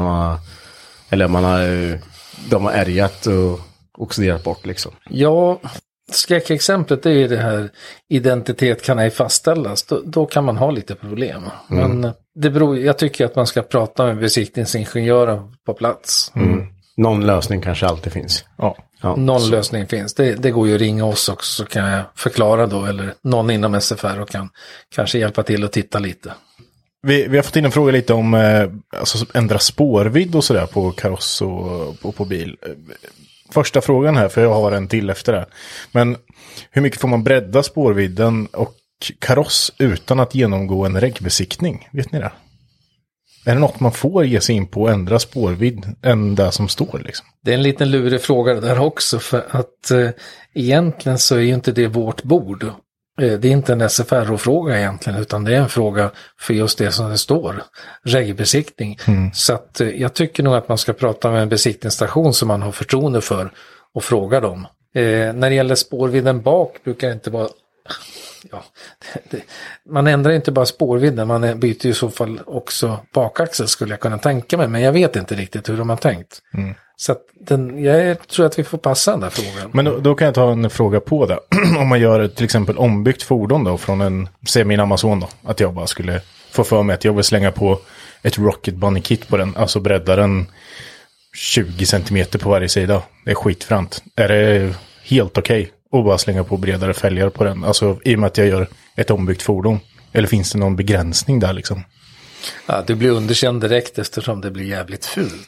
Speaker 6: de har ärgat och oxiderat bort liksom.
Speaker 8: Ja, skräckexemplet är ju det här, identitet kan ej fastställas. Då kan man ha lite problem. Men jag tycker att man ska prata med besiktningsingenjören på plats.
Speaker 6: Någon lösning kanske alltid finns.
Speaker 7: Ja.
Speaker 8: Någon lösning finns. Det går ju att ringa oss också, så kan jag förklara då, eller någon inom SFR, och kan kanske hjälpa till att titta lite.
Speaker 7: Vi har fått in en fråga lite om alltså ändra spårvidd och sådär på kaross och på bil. Första frågan här, för jag har en till efter det. Men hur mycket får man bredda spårvidden och kaross utan att genomgå en regbesiktning? Vet ni det? Är det något man får ge sig in på att ändra spårvidd än det som står liksom? Det
Speaker 8: är en liten lurig fråga där också, för att egentligen så är ju inte det vårt bord. Det är inte en SFR-fråga egentligen, utan det är en fråga för just det som det står, regbesiktning. Så att jag tycker nog att man ska prata med en besiktningsstation som man har förtroende för och fråga dem. När det gäller spårvidden bak brukar det inte vara... Ja, man ändrar inte bara spårvidden, man byter i så fall också bakaxel, skulle jag kunna tänka mig, men jag vet inte riktigt hur de har tänkt. Så att jag tror att vi får passa den där frågan.
Speaker 7: Men då kan jag ta en fråga på det. Om man gör till exempel ombyggt fordon då, från min Amazon då, att jag bara skulle få för mig att jag vill slänga på ett Rocket Bunny kit på den, alltså bredda den 20 cm på varje sida. Det är skitfrant. Är det helt okej att bara slänga på bredare fälgar på den, alltså i och med att jag gör ett ombyggt fordon? Eller finns det någon begränsning där liksom?
Speaker 8: Ja, du blir underkänd direkt eftersom det blir jävligt fult.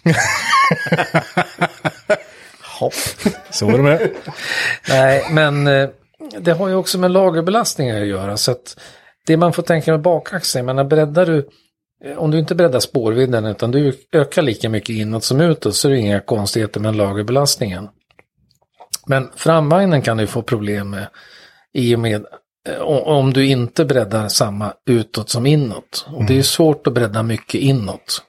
Speaker 6: Hopp.
Speaker 7: Så var det med.
Speaker 8: Nej, men det har ju också med lagerbelastningar att göra. Så att det man får tänka med bakaxeln, men breddar du, om du inte breddar spårvidden utan du ökar lika mycket inåt som utåt, så är det inga konstigheter med lagerbelastningen. Men framvagnen kan du få problem med i och med om du inte breddar samma utåt som inåt. Och det är svårt att bredda mycket inåt.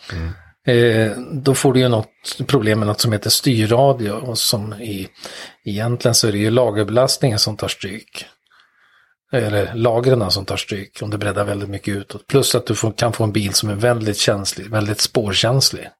Speaker 8: Då får du ju något problem med något som heter styrradio, och som egentligen så är det ju lagerbelastningen som tar stryk. Eller lagren som tar stryk om du breddar väldigt mycket utåt. Plus att du kan få en bil som är väldigt känslig, väldigt spårkänslig.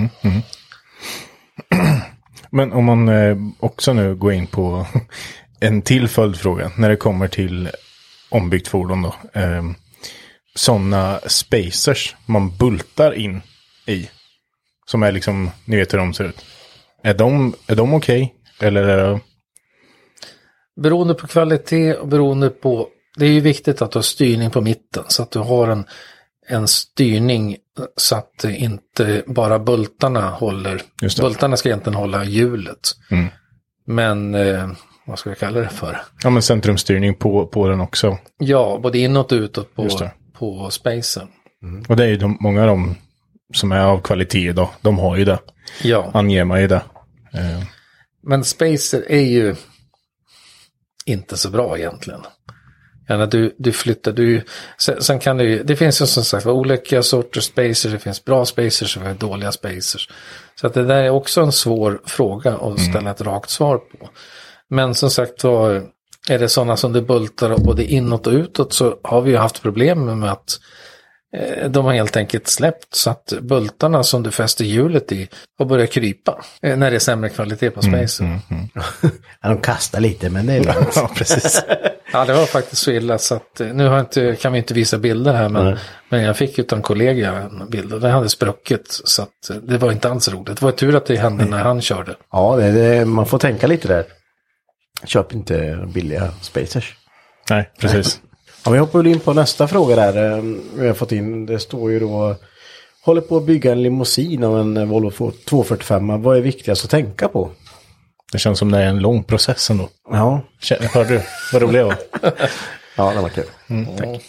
Speaker 7: Men om man också nu går in på en till följdfråga när det kommer till ombyggt fordon då. Sådana spacers man bultar in i, som är liksom, ni vet hur de ser ut. Är de okej? Eller är det...
Speaker 8: Beroende på kvalitet och beroende på, det är ju viktigt att du har styrning på mitten, så att du har en styrning så att inte bara bultarna håller. Bultarna ska egentligen hålla hjulet. Men vad ska vi kalla det för?
Speaker 7: Ja, men centrumstyrning på den också.
Speaker 8: Ja, både inåt och utåt på spacen.
Speaker 7: Och det är ju många av de som är av kvalitet idag, de har ju det.
Speaker 8: Ja.
Speaker 7: Anger man ju det.
Speaker 8: Men spacer är ju inte så bra egentligen. Ja, du flyttar, sen kan det finns ju som sagt olika sorters spacers, det finns bra spacers och dåliga spacers. Så att det där är också en svår fråga att ställa ett rakt svar på. Men som sagt var, är det sådana som det bultar både inåt och utåt, så har vi ju haft problem med att de har helt enkelt släppt så att bultarna som du fäster hjulet i har börjat krypa när det är sämre kvalitet på spacer.
Speaker 6: Ja, de kastar lite, men det är lugnt.
Speaker 7: Ja, precis.
Speaker 8: Ja, det var faktiskt så illa så att nu kan vi inte visa bilder här, men jag fick utan kollega en bild och den hade spruckit, så att det var inte alls roligt. Det var tur att det hände när han körde.
Speaker 6: Ja, man får tänka lite där. Köp inte billiga spacers.
Speaker 7: Nej, precis.
Speaker 6: Ja, vi hoppar in på nästa fråga där. Vi har fått in, det står ju då, håller på att bygga en limousin av en Volvo 245. Vad är viktigast att tänka på?
Speaker 7: Det känns som det är en lång process ändå.
Speaker 6: Ja.
Speaker 7: Hörde du vad roligt det var?
Speaker 6: Ja, det var kul. Tack.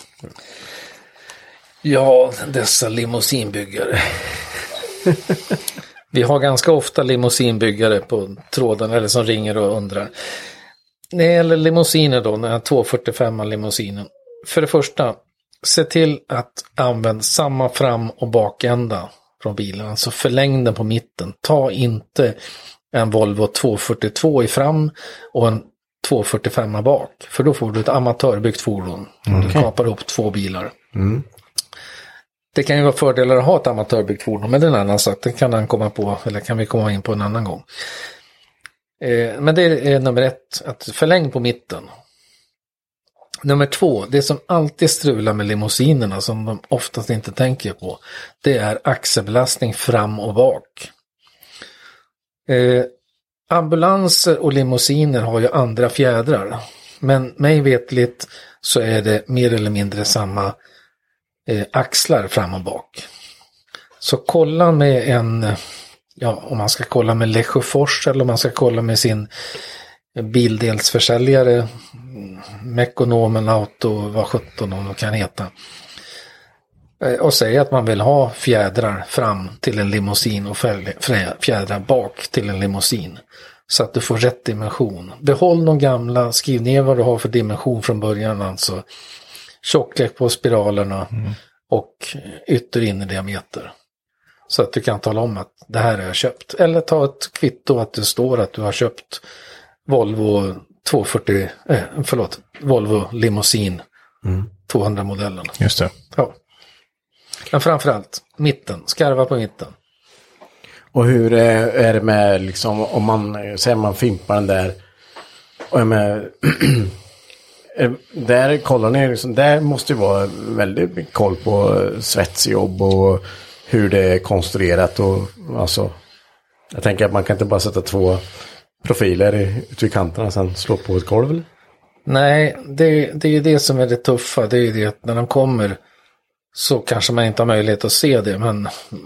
Speaker 8: Ja, dessa limousinbyggare. Vi har ganska ofta limousinbyggare på tråden eller som ringer och undrar. När det gäller limousiner då, den här 245-limousinen. För det första, se till att använda samma fram- och bakända från bilen. Alltså förläng den på mitten. Ta inte en Volvo 242 i fram och en 245 bak. För då får du ett amatörbyggt fordon. Du kapar upp två bilar. Det kan ju vara fördelar att ha ett amatörbyggt fordon, men det är en annan sak. Det kan han komma på, eller kan vi komma in på en annan gång. Men det är nummer 1, att förläng på mitten. Nummer 2, det som alltid strular med limousinerna som de oftast inte tänker på, det är axelbelastning fram och bak. Ambulanser och limousiner har ju andra fjädrar, men mig vetligt så är det mer eller mindre samma axlar fram och bak. Så kolla med om man ska kolla med Lesjöfors eller om man ska kolla med sin bildelsförsäljare, Mekonomen, Auto, vad 17 de kan heta. Och säga att man vill ha fjädrar fram till en limousin och fjädrar bak till en limousin. Så att du får rätt dimension. Behåll de gamla, skriv ner vad du har för dimension från början, alltså tjocklek på spiralerna och ytter-innerdiameter. Så att du kan tala om att det här är jag köpt. Eller ta ett kvitto att det står att du har köpt Volvo Volvo Limousin 200-modellen.
Speaker 7: Just det.
Speaker 8: Ja. Men framförallt mitten, skarva på mitten.
Speaker 6: Och hur är det med liksom, om man säger man fimpar den där och är med där kollar ni liksom, där måste ju vara väldigt mycket koll på svetsjobb och hur det är konstruerat och alltså jag tänker att man kan inte bara sätta 2 profiler ut vid kanterna och sen slå på ett golv eller?
Speaker 8: Nej, det är ju det som är det tuffa. Det är ju det att när de kommer så kanske man inte har möjlighet att se det, men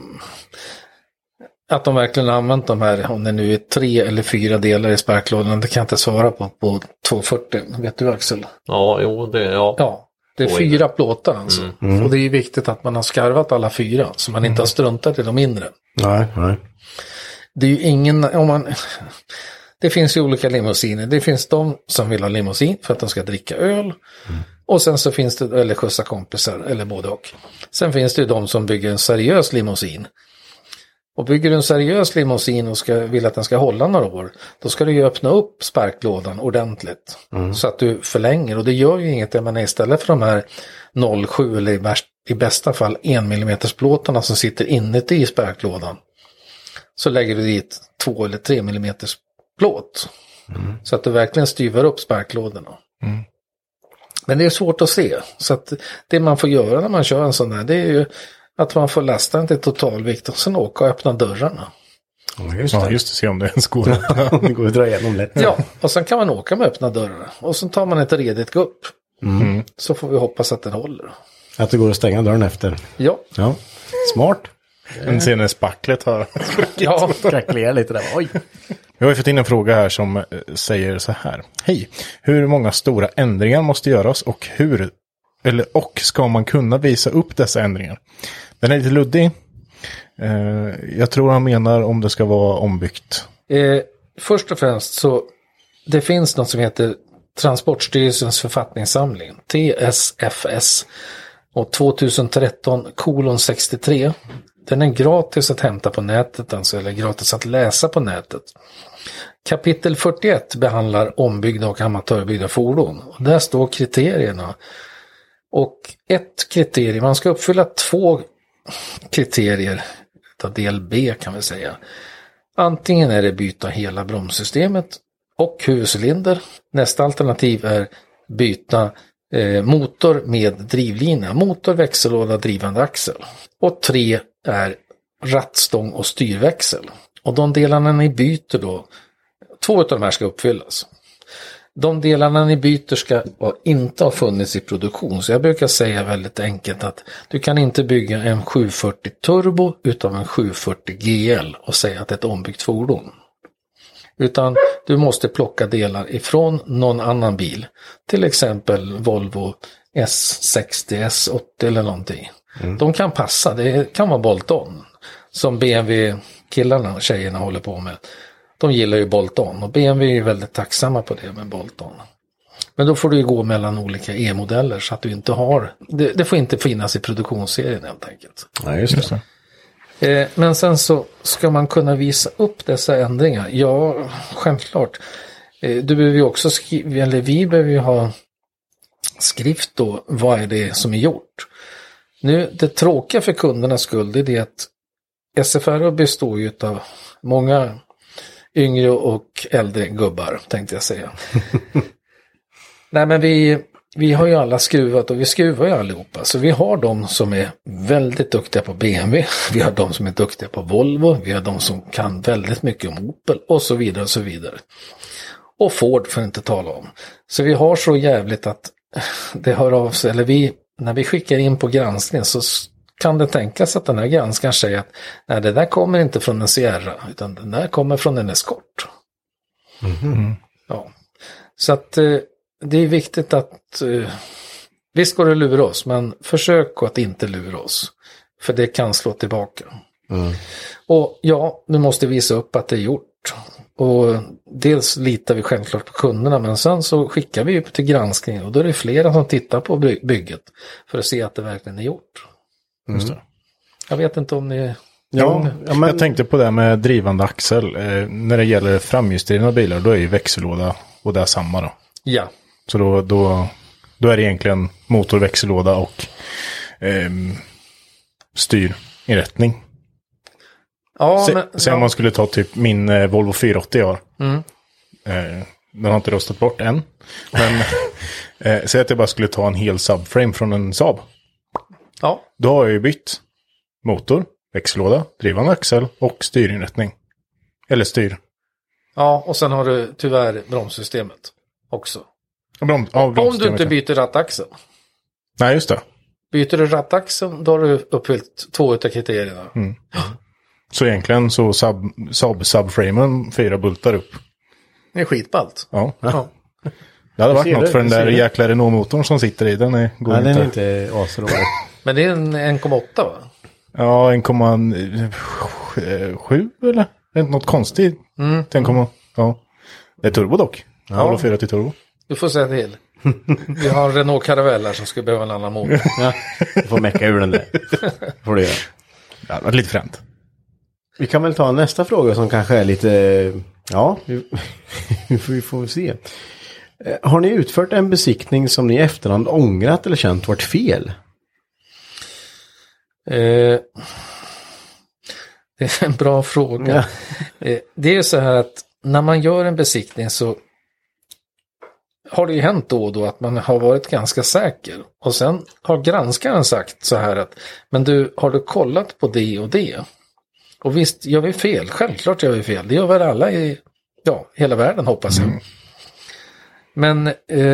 Speaker 8: att de verkligen har använt de här, om det nu är 3 eller 4 delar i sparklådan, det kan jag inte svara på 240. Vet du, Axel?
Speaker 9: Ja, jo,
Speaker 8: Ja, det är 4 plåtar alltså. Och det är ju viktigt att man har skarvat alla 4 så man inte har struntat i de mindre.
Speaker 6: Nej.
Speaker 8: Det är ju ingen, det finns ju olika limousiner. Det finns de som vill ha limousin för att de ska dricka öl. Och sen så finns det, eller skjutsa kompisar, eller både och. Sen finns det ju de som bygger en seriös limousin. Och bygger du en seriös limousin och vill att den ska hålla några år, då ska du ju öppna upp sparklådan ordentligt. Så att du förlänger. Och det gör ju inget, men istället för de här 0,7 eller i bästa fall 1 mm plåtarna som sitter inuti i sparklådan, så lägger du dit 2 eller 3 mm plåt. Så att du verkligen styvar upp sparklådorna. Men det är svårt att se. Så att det man får göra när man kör en sån här, det är ju att man får lasta den till totalvikt och sen åka och öppna dörrarna.
Speaker 6: Ja,
Speaker 7: just det. Se om det ens går.
Speaker 6: Det går att dra igenom lätt.
Speaker 8: Ja, och sen kan man åka med öppna dörrar. Och så tar man ett redigt gupp. Så får vi hoppas att den håller.
Speaker 6: Att det går att stänga dörren efter.
Speaker 8: Ja.
Speaker 6: Smart.
Speaker 7: Men sen när spacklet har
Speaker 8: Ja.
Speaker 6: Kracklerar lite där. Oj.
Speaker 7: Vi har ju fått in en fråga här som säger så här. Hej, hur många stora ändringar måste göras och ska man kunna visa upp dessa ändringar? Den är lite luddig. Jag tror han menar om det ska vara ombyggt.
Speaker 8: Först och främst så det finns något som heter Transportstyrelsens författningssamling, TSFS, och 2013:63. Den är gratis att hämta på nätet, alltså, eller gratis att läsa på nätet. Kapitel 41 behandlar ombyggda och amatörbyggda fordon. Och där står kriterierna. Och ett kriterium, man ska uppfylla 2 kriterier av del B kan vi säga. Antingen är det byta hela bromssystemet och huvudcylinder. Nästa alternativ är byta motor med drivlina, motor, växellåda, drivande axel. Och 3 är rattstång och styrväxel. Och de delarna ni byter då, 2 av de här ska uppfyllas. De delarna ni byter ska inte ha funnits i produktion. Så jag brukar säga väldigt enkelt att du kan inte bygga en 740 Turbo utav en 740 GL och säga att det är ett ombyggt fordon. Utan du måste plocka delar ifrån någon annan bil. Till exempel Volvo S60, S80 eller någonting. De kan passa, det kan vara bolt-on. Som BMW-killarna, tjejerna håller på med. De gillar ju bolt-on och BMW är väldigt tacksamma på det med bolt-on. Men då får du ju gå mellan olika E-modeller så att du inte har, det får inte finnas i produktionsserien helt enkelt.
Speaker 6: Ja, just det.
Speaker 8: Men sen så ska man kunna visa upp dessa ändringar. Ja, självklart. Du behöver ju också vi behöver ju ha skrift då, vad är det som är gjort. Nu, det tråkiga för kundernas skull är det att SFR består ju av många yngre och äldre gubbar, tänkte jag säga. Nej, men vi har ju alla skruvat och vi skruvar ju allihopa. Så vi har de som är väldigt duktiga på BMW. Vi har de som är duktiga på Volvo. Vi har de som kan väldigt mycket om Opel och så vidare och så vidare. Och Ford får inte tala om. Så vi har så jävligt att det hör av sig, eller när vi skickar in på granskningen så kan det tänkas att den här granskaren säger att nej, det där kommer inte från en Sierra utan den där kommer från en Escort. Ja. Så att det är viktigt att visst går det lura oss, men försök att inte lura oss. För det kan slå tillbaka. Och ja, nu måste visa upp att det är gjort. Och dels litar vi självklart på kunderna, men sen så skickar vi upp till granskning och då är det flera som tittar på bygget för att se att det verkligen är gjort. Just det. Jag vet inte om ni...
Speaker 7: Ja, men... Jag tänkte på det med drivande axel. När det gäller framhjulsdrivna bilar, då är ju växellåda och det är samma då.
Speaker 8: Ja.
Speaker 7: Så då är det egentligen motor, växellåda och styrinrättning.
Speaker 8: Ja,
Speaker 7: Sen om man skulle ta typ min Volvo 480 jag har. Den har inte rostat bort än. Men säg att jag bara skulle ta en hel subframe från en Saab.
Speaker 8: Ja.
Speaker 7: Då har jag ju bytt motor, växellåda, drivande axel och styrinrättning. Eller styr.
Speaker 8: Ja, och sen har du tyvärr bromssystemet också.
Speaker 7: Om
Speaker 8: du inte byter rattaxeln.
Speaker 7: Nej, just det.
Speaker 8: Byter du rattaxeln, då har du uppfyllt 2 av kriterierna.
Speaker 7: Så egentligen så subframen 4 bultar upp.
Speaker 8: Det är skitballt.
Speaker 7: Ja. Det hade varit något för den där jäkla Renault-motorn som sitter i. Den är
Speaker 6: inte asrolig.
Speaker 8: Men det är en 1,8 va?
Speaker 7: Ja, 1,7 eller? Det är något konstigt. Ja. Det är turbo dock. Ja. 4 till turbo.
Speaker 8: Du får säga till. Vi har en Renault Caravelle som skulle behöva en annan motor.
Speaker 6: Ja, du får mecka ur den där. Får du göra.
Speaker 7: Ja, det var lite fränt.
Speaker 6: Vi kan väl ta nästa fråga som kanske är lite... Ja, vi får se. Har ni utfört en besiktning som ni i efterhand ångrat eller känt varit fel?
Speaker 8: Det är en bra fråga. Ja. Det är ju så här att när man gör en besiktning så har det ju hänt då och då att man har varit ganska säker. Och sen har granskaren sagt så här att men du, har du kollat på det och det? Och visst gör vi fel, självklart gör vi fel. Det gör väl alla i hela världen hoppas jag. Men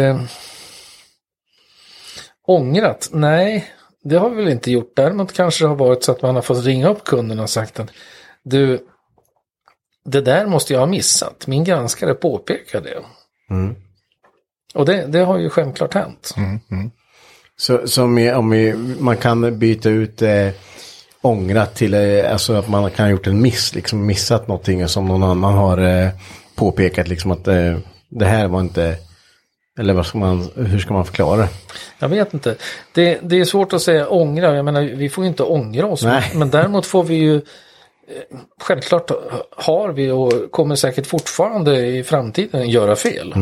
Speaker 8: ångrat? Nej, det har vi väl inte gjort. Däremot kanske det har varit så att man har fått ringa upp kunden och sagt att du, det där måste jag ha missat. Min granskare påpekar det. Och det har ju självklart hänt.
Speaker 6: Så om man kan byta ut ångrat till, alltså att man kan ha gjort en miss, liksom missat någonting som någon annan har påpekat liksom att det här var inte, eller hur ska man förklara det?
Speaker 8: Jag vet inte. Det är svårt att säga ångra. Jag menar, vi får ju inte ångra oss. Men däremot får vi ju, självklart har vi och kommer säkert fortfarande i framtiden göra fel.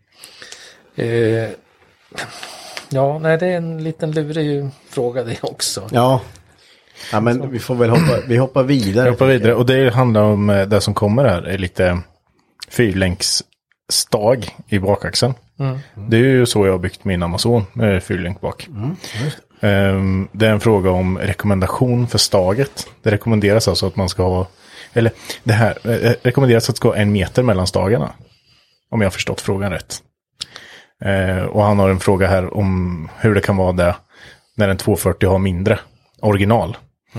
Speaker 8: Ja, nej, det är en liten lurig fråga det också.
Speaker 6: Ja, men vi får väl hoppa vidare.
Speaker 7: Och det handlar om det som kommer här är lite fyrlänksstag i bakaxeln. Det är ju så jag har byggt min Amazon med fyrlänk bak. Det är en fråga om rekommendation för staget. Det rekommenderas alltså att man ska ha, eller det här rekommenderas att det ska ha 1 meter mellan stagarna. Om jag har förstått frågan rätt. Och han har en fråga här om hur det kan vara det när en 240 har mindre original.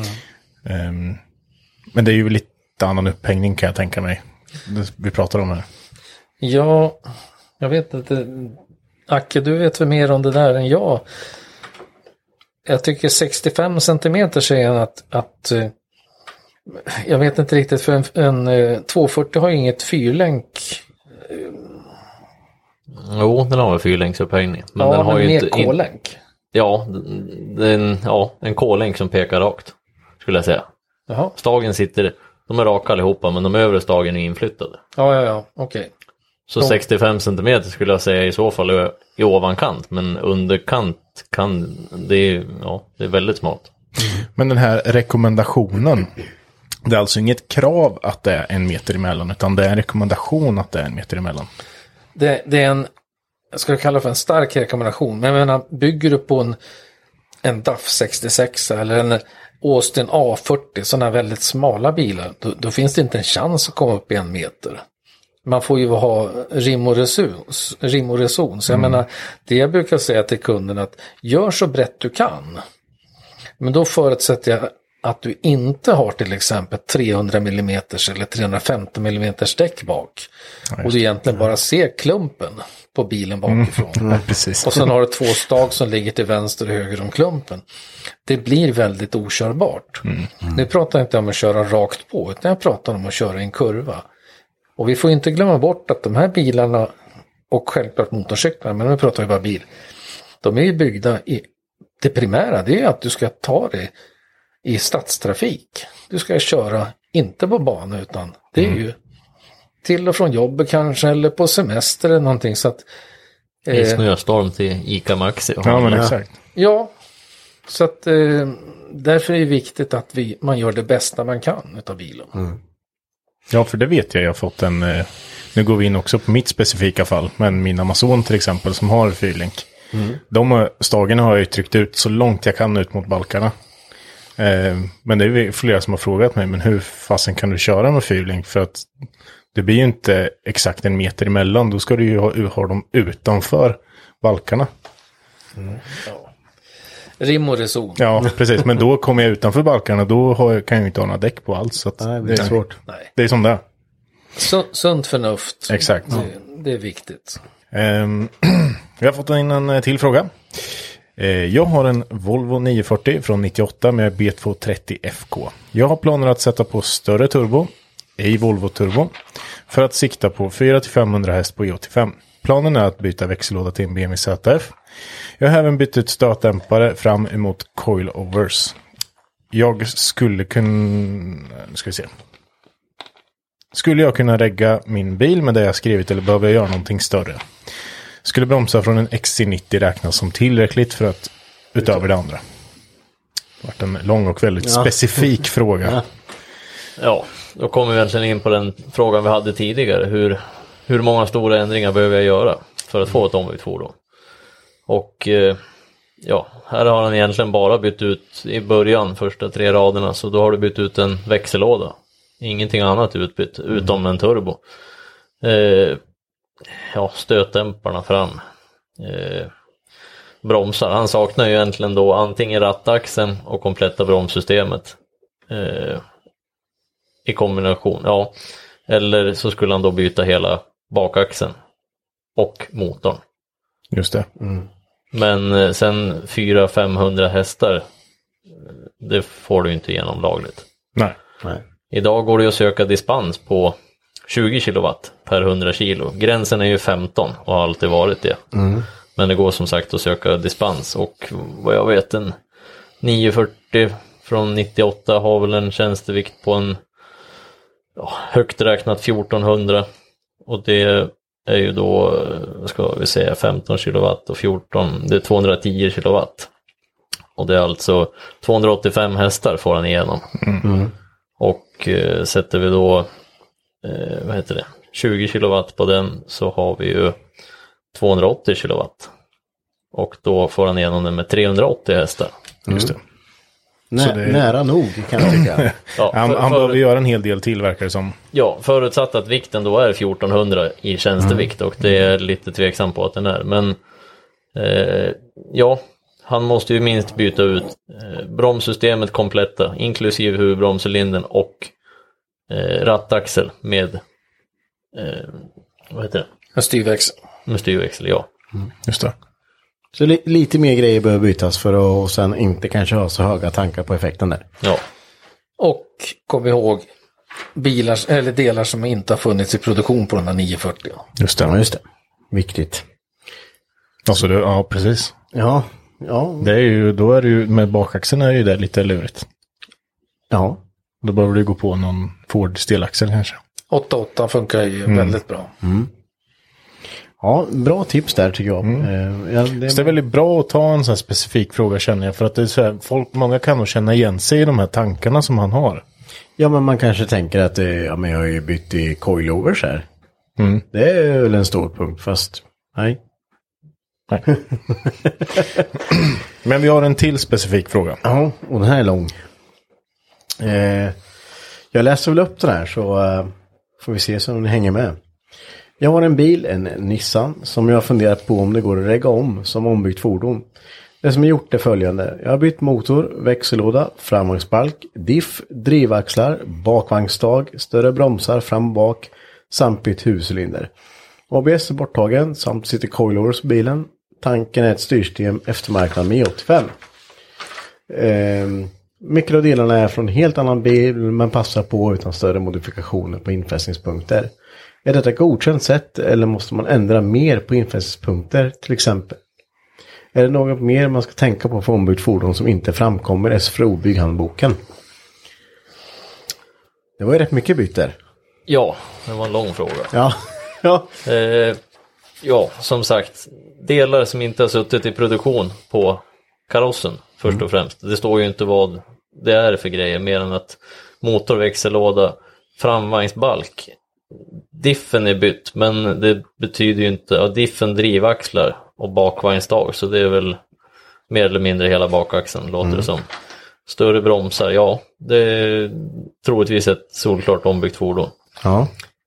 Speaker 7: Men det är ju lite annan upphängning kan jag tänka mig. Vi pratar om här.
Speaker 8: Ja, jag vet inte. Acke, du vet väl mer om det där än jag. Jag tycker 65 centimeter säger han att jag vet inte riktigt, för en 240 har ju inget fyrlänk.
Speaker 9: Jo, den har en fyrlänksupphängning. Men
Speaker 8: ja,
Speaker 9: den har
Speaker 8: men
Speaker 9: ju
Speaker 8: mer
Speaker 9: inte
Speaker 8: K-länk.
Speaker 9: Ja, en K-länk som pekar rakt, skulle jag säga.
Speaker 8: Jaha.
Speaker 9: Stagen sitter, de är raka allihopa, men de övre stagen är inflyttade.
Speaker 8: Ja, okej.
Speaker 9: Så 65 centimeter skulle jag säga i så fall är i ovankant, men underkant kan det är väldigt smart.
Speaker 7: Men den här rekommendationen, det är alltså inget krav att det är 1 meter emellan, utan det är en rekommendation att det är 1 meter emellan.
Speaker 8: Det är en, jag skulle kalla det för en stark rekommendation, men jag menar, bygger du på en DAF 66 eller en Austin A40, sådana väldigt smala bilar, då finns det inte en chans att komma upp i 1 meter. Man får ju ha rim och reson. Så jag menar, det jag brukar säga till kunden att gör så brett du kan. Men då förutsätter jag att du inte har till exempel 300 mm eller 350 mm däck bak. Ja, och du egentligen bara ser klumpen på bilen bakifrån.
Speaker 7: Precis.
Speaker 8: Och sen har du 2 stag som ligger till vänster och höger om klumpen. Det blir väldigt okörbart. Nu pratar jag inte om att köra rakt på, utan jag pratar om att köra i en kurva. Och vi får inte glömma bort att de här bilarna, och självklart motorcyklar, men nu pratar vi bara bil, de är ju byggda i det primära, det är att du ska ta det i stadstrafik. Du ska köra inte på bana, utan det är ju till och från jobbet kanske, eller på semester eller någonting. Så att,
Speaker 9: i snöstorm till Ica Maxi.
Speaker 7: Ja, men exakt.
Speaker 8: Ja, så att därför är det viktigt att man gör det bästa man kan utav bilen.
Speaker 7: Ja, för det vet jag har fått en, nu går vi in också på mitt specifika fall, men min Amazon till exempel som har fyrlänk. De stagarna har jag ju tryckt ut så långt jag kan ut mot balkarna. Men det är flera som har frågat mig, men hur fasen kan du köra med fyrlänk? För att det blir ju inte exakt 1 meter emellan, då ska du ju ha dem utanför balkarna.
Speaker 8: Ja. Rim och reson.
Speaker 7: Ja, precis. Men då kommer jag utanför balkarna, då kan jag ju inte ha några däck på alls. Så att
Speaker 6: nej, det är svårt.
Speaker 8: Nej.
Speaker 7: Det är som det är.
Speaker 8: Sunt förnuft.
Speaker 7: Exakt.
Speaker 8: Det är viktigt.
Speaker 7: Vi har fått in en till fråga. Jag har en Volvo 940 från 98 med B230 FK. Jag har planer att sätta på större turbo, ej Volvo turbo, för att sikta på 400-500 häst på E85. Planen är att byta växellåda till en BMW ZF. Jag har även bytt ut stötdämpare fram emot coilovers. Jag skulle jag kunna regga min bil med det jag skrivit, eller behöver jag göra någonting större? Skulle bromsa från en XC90 räknas som tillräckligt för att utöver det andra? Det har varit en lång och väldigt specifik fråga.
Speaker 9: Ja, då kommer vi egentligen in på den frågan vi hade tidigare. Hur många stora ändringar behöver jag göra för att få ett ombytt fordon? Och här har han egentligen bara bytt ut i början, första 3 raderna, så då har du bytt ut en växellåda. Ingenting annat utbytt, utom en turbo. Stötdämparna fram. Bromsar. Han saknar ju egentligen då antingen rattaxeln och kompletta bromssystemet. I kombination, ja. Eller så skulle han då byta hela bakaxeln och motorn.
Speaker 7: Just det.
Speaker 9: Men sen 400-500 hästar det får du inte igenom lagligt.
Speaker 7: Nej.
Speaker 9: Idag går det att söka dispens på 20 kilowatt per 100 kilo. Gränsen är ju 15 och har alltid varit det. Men det går som sagt att söka dispens, och vad jag vet en 940 från 98 har väl en tjänstevikt på en högt räknat 1400, och det är ju då, ska vi säga 15 kilowatt och 14, det är 210 kilowatt. Och det är alltså 285 hästar får han igenom. Och sätter vi då 20 kilowatt på den, så har vi ju 280 kilowatt. Och då får han igenom den med 380 hästar.
Speaker 7: Just det.
Speaker 6: Nära nog kan jag tycka.
Speaker 9: Ja,
Speaker 7: han behöver göra en hel del till, verkar det som.
Speaker 9: Ja, förutsatt att vikten då är 1400 i tjänstevikt, och det är lite tveksam på att den är. Men han måste ju minst byta ut bromssystemet kompletta, inklusive huvudbromscylindern och rattaxel med
Speaker 8: En styrväxel.
Speaker 9: Med styrväxel, ja.
Speaker 7: Just det.
Speaker 6: Så lite mer grejer behöver bytas för att sen inte kanske ha så höga tankar på effekten där.
Speaker 9: Ja.
Speaker 8: Och kom ihåg bilar eller delar som inte har funnits i produktion på den här 940.
Speaker 7: Just det. Viktigt. Alltså ja, precis.
Speaker 6: Ja.
Speaker 7: Det är ju, då är det ju, med bakaxeln är ju det lite lurigt.
Speaker 6: Ja.
Speaker 7: Då behöver du gå på någon Ford stelaxel kanske.
Speaker 8: 8.8 funkar ju väldigt bra.
Speaker 6: Ja, bra tips där tycker jag.
Speaker 7: Det är väldigt bra att ta en sån här specifik fråga, känner jag. För att det är så här, många kan nog känna igen sig i de här tankarna som han har.
Speaker 6: Ja, men man kanske tänker att men jag har ju bytt i coilovers här. Det är väl en stor punkt, fast nej.
Speaker 7: Men vi har en till specifik fråga.
Speaker 6: Ja, och den här är lång. Jag läser väl upp den här, så får vi se om ni hänger med. Jag har en bil, en Nissan, som jag har funderat på om det går att regga om som ombyggt fordon. Det som jag gjort är följande. Jag har bytt motor, växellåda, framvagnsbalk, diff, drivaxlar, bakvagnstag, större bromsar fram och bak samt bytt huvudcylinder. ABS är borttagen samt sitter coilovers på bilen. Tanken är ett styrsystem eftermarknad med 85. Mycket av delarna är från helt annan bil, men passar på utan större modifikationer på infästningspunkter. Är detta godkänt sätt eller måste man ändra mer på infästningspunkter till exempel? Är det något mer man ska tänka på för ombyggt fordon som inte framkommer i SFO-bygghandboken? Det var ju rätt mycket bytt där.
Speaker 9: Ja, det var en lång fråga.
Speaker 6: Ja.
Speaker 9: Ja, som sagt, delar som inte har suttit i produktion på karossen först och främst. Det står ju inte vad det är för grejer, mer än att motor, växellåda, framvagnsbalk. Diffen är bytt, men det betyder ju inte att diffen, drivaxlar och bakvagnstag, så det är väl mer eller mindre hela bakaxeln, låter det som. Större bromsar, ja, det är troligtvis ett solklart ombyggt fordon.
Speaker 6: Ja.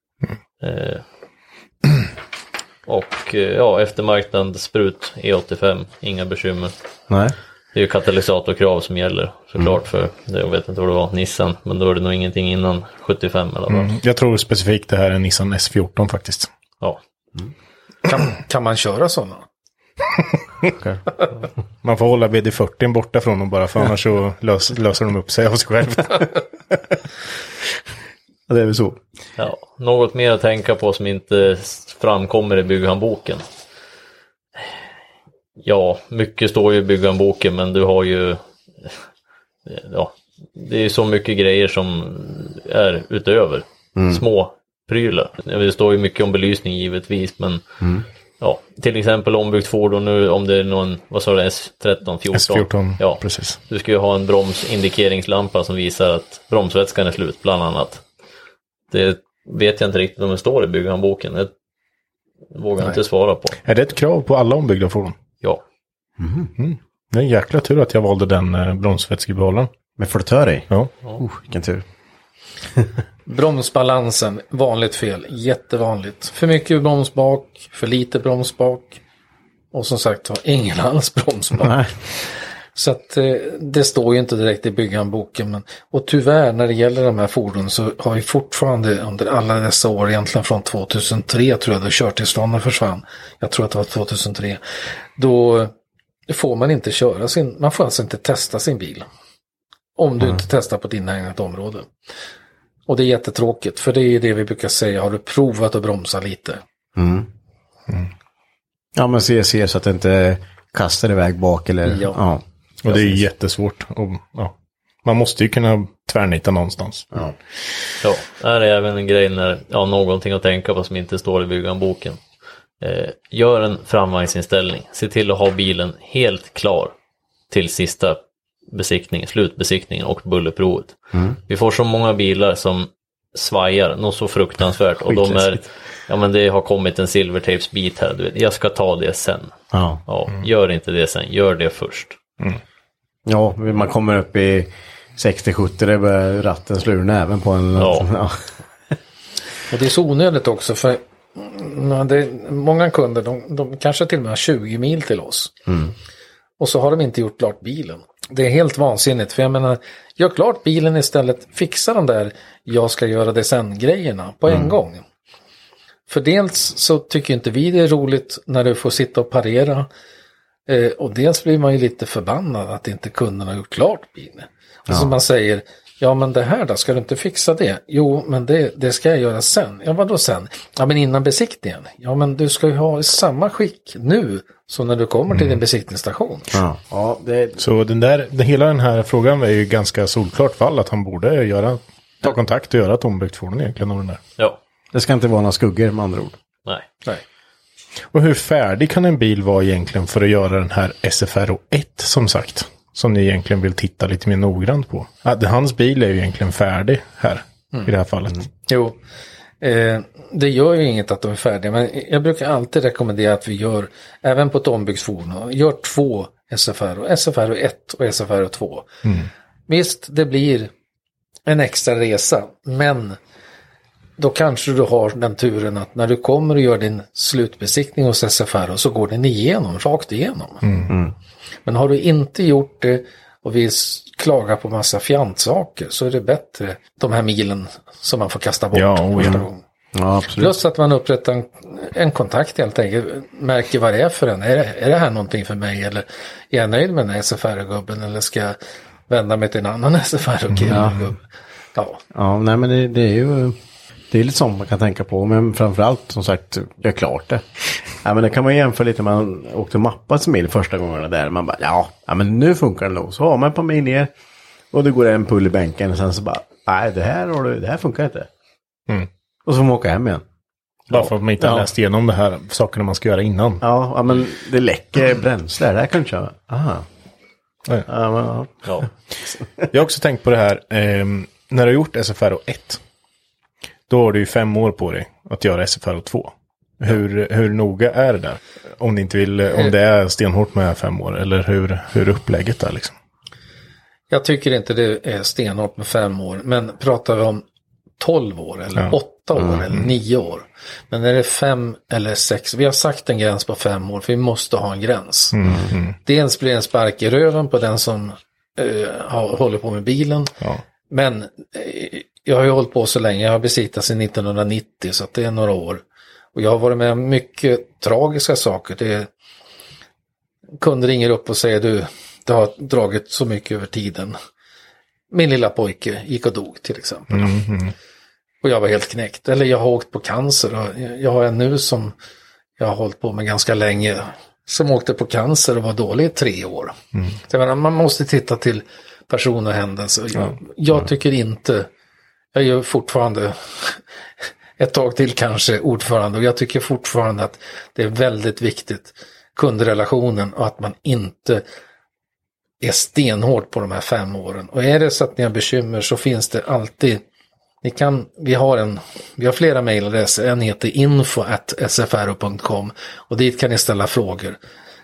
Speaker 9: Och eftermarknad sprut E85, inga bekymmer.
Speaker 6: Nej.
Speaker 9: Det är ju katalysatorkrav som gäller såklart för det, jag vet inte vad det var, Nissan, men då är det nog ingenting innan 75 eller vad.
Speaker 7: Jag tror specifikt det här är Nissan S14 faktiskt.
Speaker 9: Ja.
Speaker 8: Kan man köra sådana?
Speaker 6: Okay.
Speaker 7: Man får hålla VD40 borta från dem bara, för annars så löser de upp sig av sig själv.
Speaker 6: Det är väl så.
Speaker 9: Ja, något mer att tänka på som inte framkommer i bygghandboken. Ja, mycket står ju i bygghandboken, men du har ju det är så mycket grejer som är utöver små prylar. Det står ju mycket om belysning givetvis, men till exempel ombyggt fordon nu, om det är någon, vad sa du, S13, 14?
Speaker 7: S14,
Speaker 9: ja,
Speaker 7: precis.
Speaker 9: Du ska ju ha en bromsindikeringslampa som visar att bromsvätskan är slut, bland annat. Det vet jag inte riktigt om det står i bygghandboken. Det vågar jag inte svara på.
Speaker 7: Är det ett krav på alla ombyggda fordon?
Speaker 9: Ja.
Speaker 7: Det är en jäkla tur att jag valde den bromsvätskebehållaren.
Speaker 6: Med flotör i?
Speaker 7: Ja.
Speaker 6: Vilken tur.
Speaker 8: Bromsbalansen, vanligt fel. Jättevanligt. För mycket bromsbak, för lite bromsbak. Och som sagt, ingen alls bromsbak.
Speaker 6: Nej.
Speaker 8: Så att det står ju inte direkt i bygghandboken. Och tyvärr när det gäller de här fordonen så har vi fortfarande under alla dessa år, egentligen från 2003 tror jag, då körtillstånden försvann. Jag tror att det var 2003. Då får man inte köra man får alltså inte testa sin bil. Om du inte testar på ett inhägnat område. Och det är jättetråkigt, för det är det vi brukar säga. Har du provat att bromsa lite?
Speaker 6: Ja, men se så att det inte kastar iväg bak eller...
Speaker 8: Ja.
Speaker 7: Och det är ju jättesvårt. Och, man måste ju kunna tvärnita någonstans.
Speaker 9: Ja, här är även en grej när någonting att tänka på som inte står i bygganboken. Gör en framvagnsinställning. Se till att ha bilen helt klar till sista besiktningen, slutbesiktningen och bullerprovet. Vi får så många bilar som svajar något så fruktansvärt och de är, men det har kommit en silvertapesbit här, du vet, jag ska ta det sen. Gör inte det sen, gör det först.
Speaker 6: Ja, man kommer upp i 60-70, det börjar ratten slurna även på en...
Speaker 8: Och det är så onödigt också, för många kunder, de kanske till och med har 20 mil till oss. Och så har de inte gjort klart bilen. Det är helt vansinnigt, för jag menar, gör klart bilen istället, fixa de där jag ska göra det sen-grejerna på en gång. För dels så tycker inte vi det är roligt när du får sitta och parera, och dels blir man ju lite förbannad att inte kunderna har gjort klart bilen. Och så man säger, ja men det här då, ska du inte fixa det? Jo, men det ska jag göra sen. Ja, vadå sen? Ja, men innan besiktningen. Ja, men du ska ju ha samma skick nu som när du kommer till din besiktningsstation.
Speaker 7: Så hela den här frågan är ju ganska solklart fall att han borde ta kontakt och göra ett ombyggt fordon egentligen om den där.
Speaker 9: Ja.
Speaker 6: Det ska inte vara några skuggor med andra ord.
Speaker 9: Nej.
Speaker 7: Och hur färdig kan en bil vara egentligen för att göra den här SFRO 1 som sagt? Som ni egentligen vill titta lite mer noggrant på. Hans bil är ju egentligen färdig här i det här fallet.
Speaker 8: Jo, det gör ju inget att de är färdiga. Men jag brukar alltid rekommendera att vi gör, även på ett ombyggsfordon, gör 2 SFRO. SFRO 1 och SFRO 2. Visst, det blir en extra resa. Men då kanske du har den turen att när du kommer och gör din slutbesiktning hos SFRO så går den igenom, rakt igenom. Men har du inte gjort det och vi klagar på massa fjantsaker så är det bättre de här milen som man får kasta bort första gången.
Speaker 6: Ja, absolut.
Speaker 8: Plus att man upprättar en kontakt helt enkelt, märker vad det är för en. Är det här någonting för mig, eller är jag nöjd med den här SFR-gubben, eller ska jag vända mig till en annan SFR-gubben?
Speaker 6: Ja, nej men det är ju... Det är lite sånt man kan tänka på, men framförallt som sagt, gör klart det. Ja, men det kan man jämföra lite när man åkte mappat mil första gångerna där. Man bara, ja men nu funkar det nog. Så har man ett par mil ner och det går en pull i bänken och sen så bara, nej det här funkar inte. Och så får man åka hem igen.
Speaker 7: Bara för att man inte har läst igenom det här sakerna man ska göra innan.
Speaker 6: Ja, men det läcker bränsle, det här kan du köra. Aha.
Speaker 7: Ja. Jag har också tänkt på det här, när du har gjort SFRO 1. Då har du ju 5 år på dig att göra SFRO 2. Hur noga är det där? Om ni inte vill, om det är stenhårt med 5 år, eller hur upplägget är liksom?
Speaker 8: Jag tycker inte det är stenhårt med 5 år, men pratar vi om 12 år eller 8 år eller 9 år. Men när det är 5 eller 6, vi har sagt en gräns på 5 år för vi måste ha en gräns. Dels blir det en spark i röven på den som håller på med bilen. Men jag har ju hållit på så länge, jag har besittat sedan 1990 så att det är några år. Och jag har varit med om mycket tragiska saker. Kunder ringer upp och säger, det har dragit så mycket över tiden. Min lilla pojke gick och dog till exempel. Och jag var helt knäckt. Eller jag har åkt på cancer. Och jag har en nu som jag har hållit på med ganska länge. Som åkte på cancer och var dålig i 3 år. Så jag menar, man måste titta till person och händelse. Jag tycker inte... Jag gör fortfarande ett tag till kanske ordförande. Och jag tycker fortfarande att det är väldigt viktigt, kundrelationen, och att man inte är stenhård på de här 5 åren. Och är det så att ni har bekymmer så finns det alltid, vi har flera mejladresser. En heter info@sfro.com och dit kan ni ställa frågor.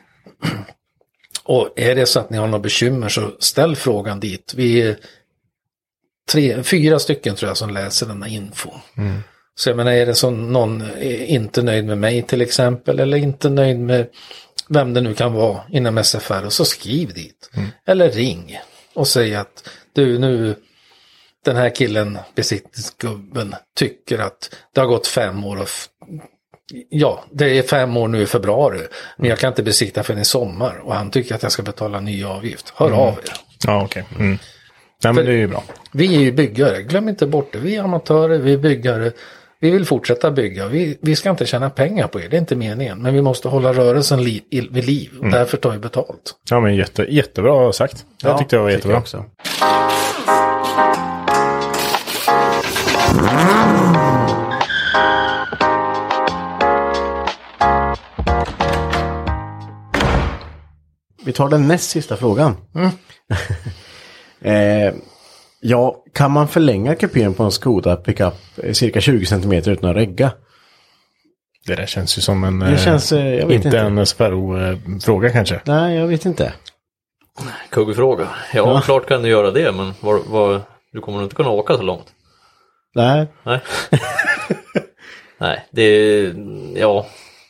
Speaker 8: Och är det så att ni har några bekymmer så ställ frågan dit. Vi är 4 stycken tror jag som läser denna info. Så jag menar, är det så någon är inte nöjd med mig till exempel, eller inte nöjd med vem det nu kan vara inom SFR, och så skriv dit. Eller ring och säg att nu den här killen, besiktningsgubben, tycker att det har gått 5 år och det är 5 år nu i februari, men jag kan inte besikta förrän i sommar och han tycker att jag ska betala ny avgift. Hör av er.
Speaker 7: Ja, okej. Nej, men det är ju bra.
Speaker 8: Vi är ju byggare, glöm inte bort det. Vi är amatörer, vi är byggare. Vi vill fortsätta bygga. Vi ska inte tjäna pengar på det, det är inte meningen. Men vi måste hålla rörelsen vid liv. Och därför tar vi betalt.
Speaker 7: Ja, men jättebra sagt. Jag tyckte det var jättebra.
Speaker 6: Också. Vi tar den näst sista frågan. Ja, kan man förlänga kupén på en Skoda pickup cirka 20 cm utan att regga?
Speaker 7: Det där känns ju som en...
Speaker 6: Det känns, jag vet inte.
Speaker 7: En SFRO-fråga kanske.
Speaker 6: Nej, jag vet inte.
Speaker 9: Kuggfråga. Ja, klart kan du göra det, men du kommer inte kunna åka så långt.
Speaker 6: Nej.
Speaker 9: Nej, det... Ja...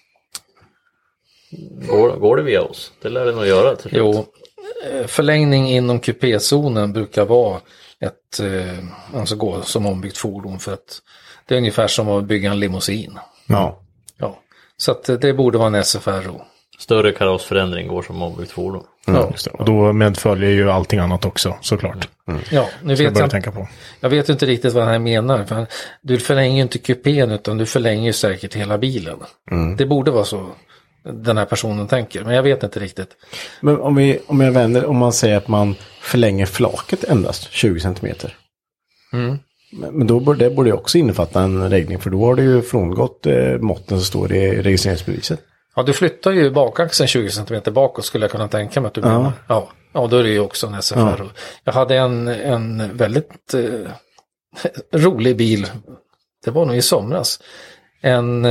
Speaker 9: Går det via oss? Det lär det nog göra.
Speaker 8: Jo, förlängning inom kupézonen brukar vara alltså gå som ombyggt fordon, för att det är ungefär som att bygga en limousin.
Speaker 6: Ja.
Speaker 8: Så att det borde vara en SFRO.
Speaker 9: Större karossförändring går som ombyggt fordon.
Speaker 8: Ja.
Speaker 7: Och då medföljer ju allting annat också, såklart.
Speaker 8: Ja, nu vet jag
Speaker 7: tänka på.
Speaker 8: Jag vet inte riktigt vad han menar. För du förlänger ju inte kupén, utan du förlänger ju säkert hela bilen. Det borde vara så den här personen tänker, men jag vet inte riktigt.
Speaker 6: Men om man säger att man förlänger flaket endast 20 cm. Men då borde det också innefatta en regning, för då har det ju frångått måtten som står i registreringsbeviset. Ja,
Speaker 8: du flyttar ju bakaxeln 20 cm bakåt, skulle jag kunna tänka mig att du menar. Ja, då är det ju också en SFR. Ja. Jag hade en väldigt rolig bil. Det var nog i somras. En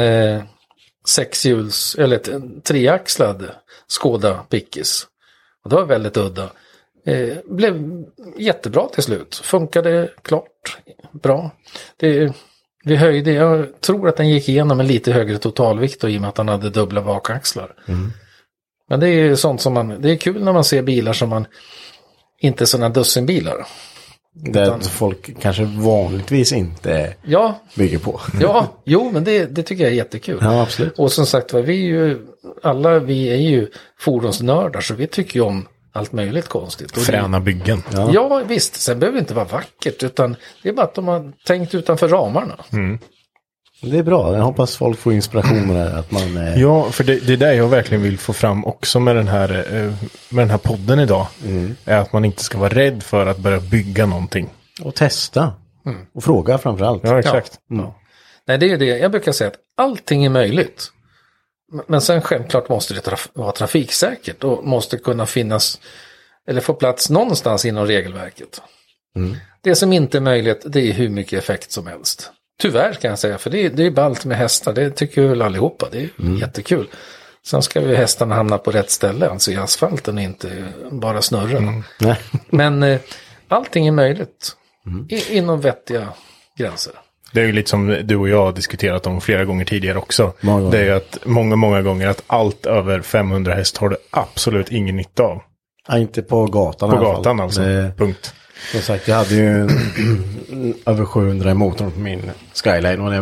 Speaker 8: en treaxlad Skoda Pickis. Och det var väldigt udda. Blev jättebra till slut. Funkade klart bra. Vi höjde, jag tror att den gick igenom en lite högre totalvikt i och med att han hade dubbla bakaxlar. Men det är sånt som det är kul när man ser bilar som man inte är sådana dussinbilar.
Speaker 6: Där folk kanske vanligtvis inte bygger på.
Speaker 8: Ja, jo, men det tycker jag är jättekul.
Speaker 6: Ja, absolut.
Speaker 8: Och som sagt, vi är ju fordonsnördar, så vi tycker ju om allt möjligt konstigt. Och
Speaker 7: fräna byggen.
Speaker 8: Ja, visst. Sen behöver det inte vara vackert, utan det är bara att de har tänkt utanför ramarna.
Speaker 6: Det är bra. Jag hoppas folk får inspiration med det. Att man,
Speaker 7: Ja, för det är där jag verkligen vill få fram också med den här podden idag. Är att man inte ska vara rädd för att börja bygga någonting.
Speaker 6: Och testa. Och fråga framförallt.
Speaker 7: Ja, exakt.
Speaker 8: Nej, det är det. Jag brukar säga att allting är möjligt. Men sen självklart måste det vara trafiksäkert och måste kunna finnas eller få plats någonstans inom regelverket. Det som inte är möjligt, det är hur mycket effekt som helst. Tyvärr kan jag säga, för det är ballt med hästar, det tycker väl allihopa, det är jättekul. Sen ska ju hästarna hamna på rätt ställe, alltså i asfalten och inte bara snurren. Men allting är möjligt inom vettiga gränser.
Speaker 7: Det är ju lite som du och jag har diskuterat om flera gånger tidigare också. Det är ju att många gånger att allt över 500 häst har du absolut ingen nytta av.
Speaker 6: Ja, inte på gatan.
Speaker 7: På gatan alltså, punkt.
Speaker 6: Som sagt, jag hade ju över 700 i motorn på min Skyline. Och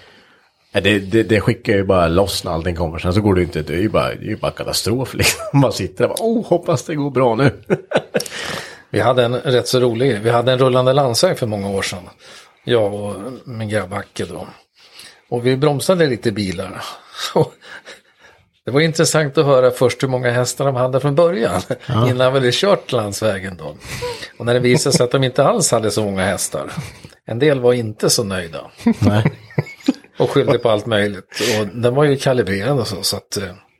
Speaker 6: det skickar ju bara loss när allting kommer. Sen så går det inte, det är ju bara katastrof. Liksom. Man sitter där och hoppas det går bra nu.
Speaker 8: Vi hade en rätt så rolig, vi hade en rullande landsväg för många år sedan. Jag och min grabbacke då. Och vi bromsade lite bilar. Det var intressant att höra först hur många hästar de hade från början. Innan vi hade kört landsvägen då. Och när det visade sig att de inte alls hade så många hästar. En del var inte så nöjda.
Speaker 6: Nej.
Speaker 8: Och skyllde på allt möjligt. Och den var ju kalibrerad och så att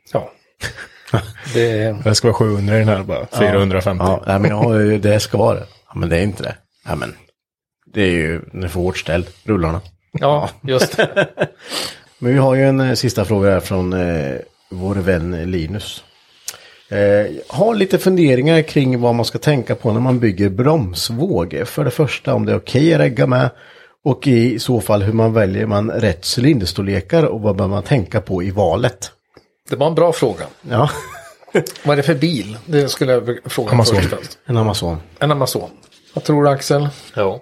Speaker 7: det ska vara 700 i den här bara. 450.
Speaker 6: Ja, men det ska vara det. Ja, men det är inte det. Ja, men det är ju en för hårt ställd, rullarna.
Speaker 8: Ja, just det.
Speaker 6: Men vi har ju en sista fråga här från vår vän Linus. Har lite funderingar kring vad man ska tänka på när man bygger bromsvåg. För det första om det är okej att regga med. Och i så fall hur man väljer rätt cylinderstorlekar och vad bör man tänka på i valet.
Speaker 8: Det var en bra fråga.
Speaker 6: Ja.
Speaker 8: Vad är det för bil? Det skulle jag fråga
Speaker 7: Amazon.
Speaker 8: först.
Speaker 6: En Amazon.
Speaker 8: En Amazon. Vad tror du, Axel?
Speaker 9: Ja.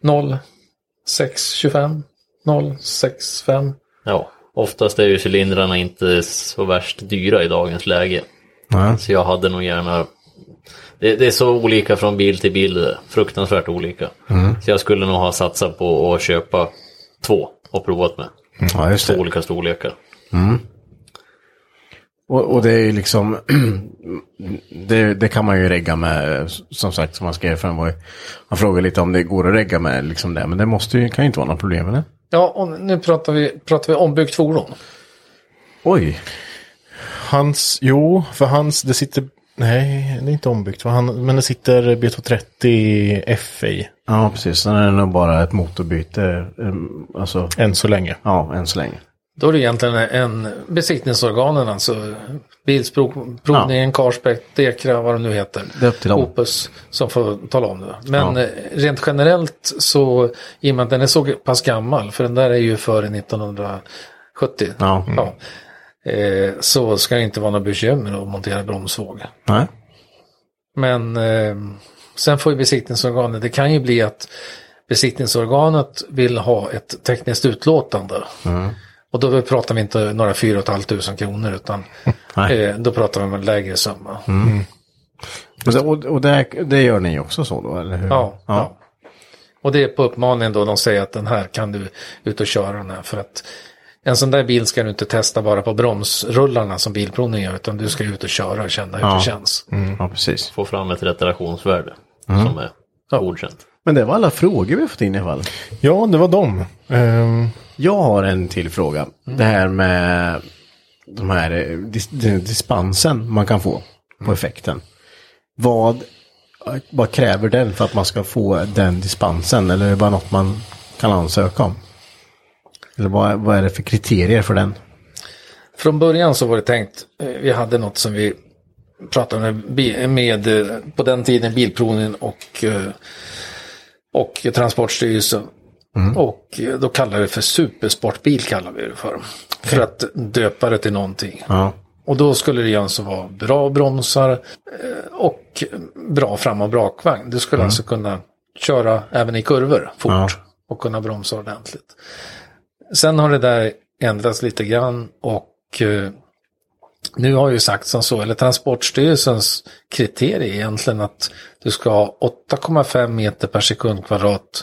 Speaker 8: 0,625? 0,65?
Speaker 9: Ja, oftast är ju cylindrarna inte så värst dyra i dagens läge. Så jag hade nog gärna... Det är så olika från bil till bil, fruktansvärt olika. Så jag skulle nog ha satsat på att köpa 2 och provat med.
Speaker 6: Ja, just det.
Speaker 9: 2 olika storlekar.
Speaker 6: Och det är liksom det kan man ju regga med, som sagt, som man skrev för man frågar lite om det går att regga med liksom det, men det kan ju inte vara några problem med det.
Speaker 8: Ja, och nu pratar vi ombyggt fordon.
Speaker 6: Oj.
Speaker 7: Det sitter, nej, det är inte ombyggt, men det sitter B230 F i.
Speaker 6: Ja, precis. Sen är det nog bara ett motorbyte, alltså.
Speaker 7: Än så länge.
Speaker 6: Ja, än så länge.
Speaker 8: Då är det egentligen en besiktningsorganen, alltså Bilsprovningen, Carspect, Dekra, vad det nu heter.
Speaker 6: Det är upp till dem.
Speaker 8: Opus, som får tala om det. Men rent generellt så, i och med att den är så pass gammal, för den där är ju före 1970. Så ska det inte vara några bekymmer att montera bromsvåg.
Speaker 6: Nej.
Speaker 8: Men sen får ju besiktningsorganet, det kan ju bli att besiktningsorganet vill ha ett tekniskt utlåtande. Och då pratar vi inte några 4 500 kronor, utan då pratar vi om en lägre summa.
Speaker 6: Och det gör ni också så då, eller hur?
Speaker 8: Ja. Och det är på uppmaningen då de säger att den här kan du ut och köra den här, för att en sån där bil ska du inte testa bara på bromsrullarna som Bilprovningen gör, utan du ska ut och köra och känna hur det känns.
Speaker 6: Ja, precis.
Speaker 9: Få fram ett reparationsvärde som är godkänt.
Speaker 6: Men det var alla frågor vi fått in i alla fall.
Speaker 7: Ja, det var dem.
Speaker 6: Jag har en till fråga. Det här med de här dispensen man kan få på effekten. Vad kräver den för att man ska få den dispensen? Eller är det bara något man kan ansöka om? Eller vad är det för kriterier för den?
Speaker 8: Från början så var det tänkt, vi hade något som vi pratade med på den tiden Bilprovningen och Transportstyrelsen. Och då kallar vi det för supersportbil, kallar vi det för att döpa det till någonting. Och då skulle det alltså vara bra bromsar och bra fram- och bakvagn. Du skulle alltså kunna köra även i kurvor fort och kunna bromsa ordentligt. Sen har det där ändrats lite grann, och nu har ju sagt som så, eller Transportstyrelsens kriterier är egentligen att du ska ha 8,5 meter per sekund kvadrat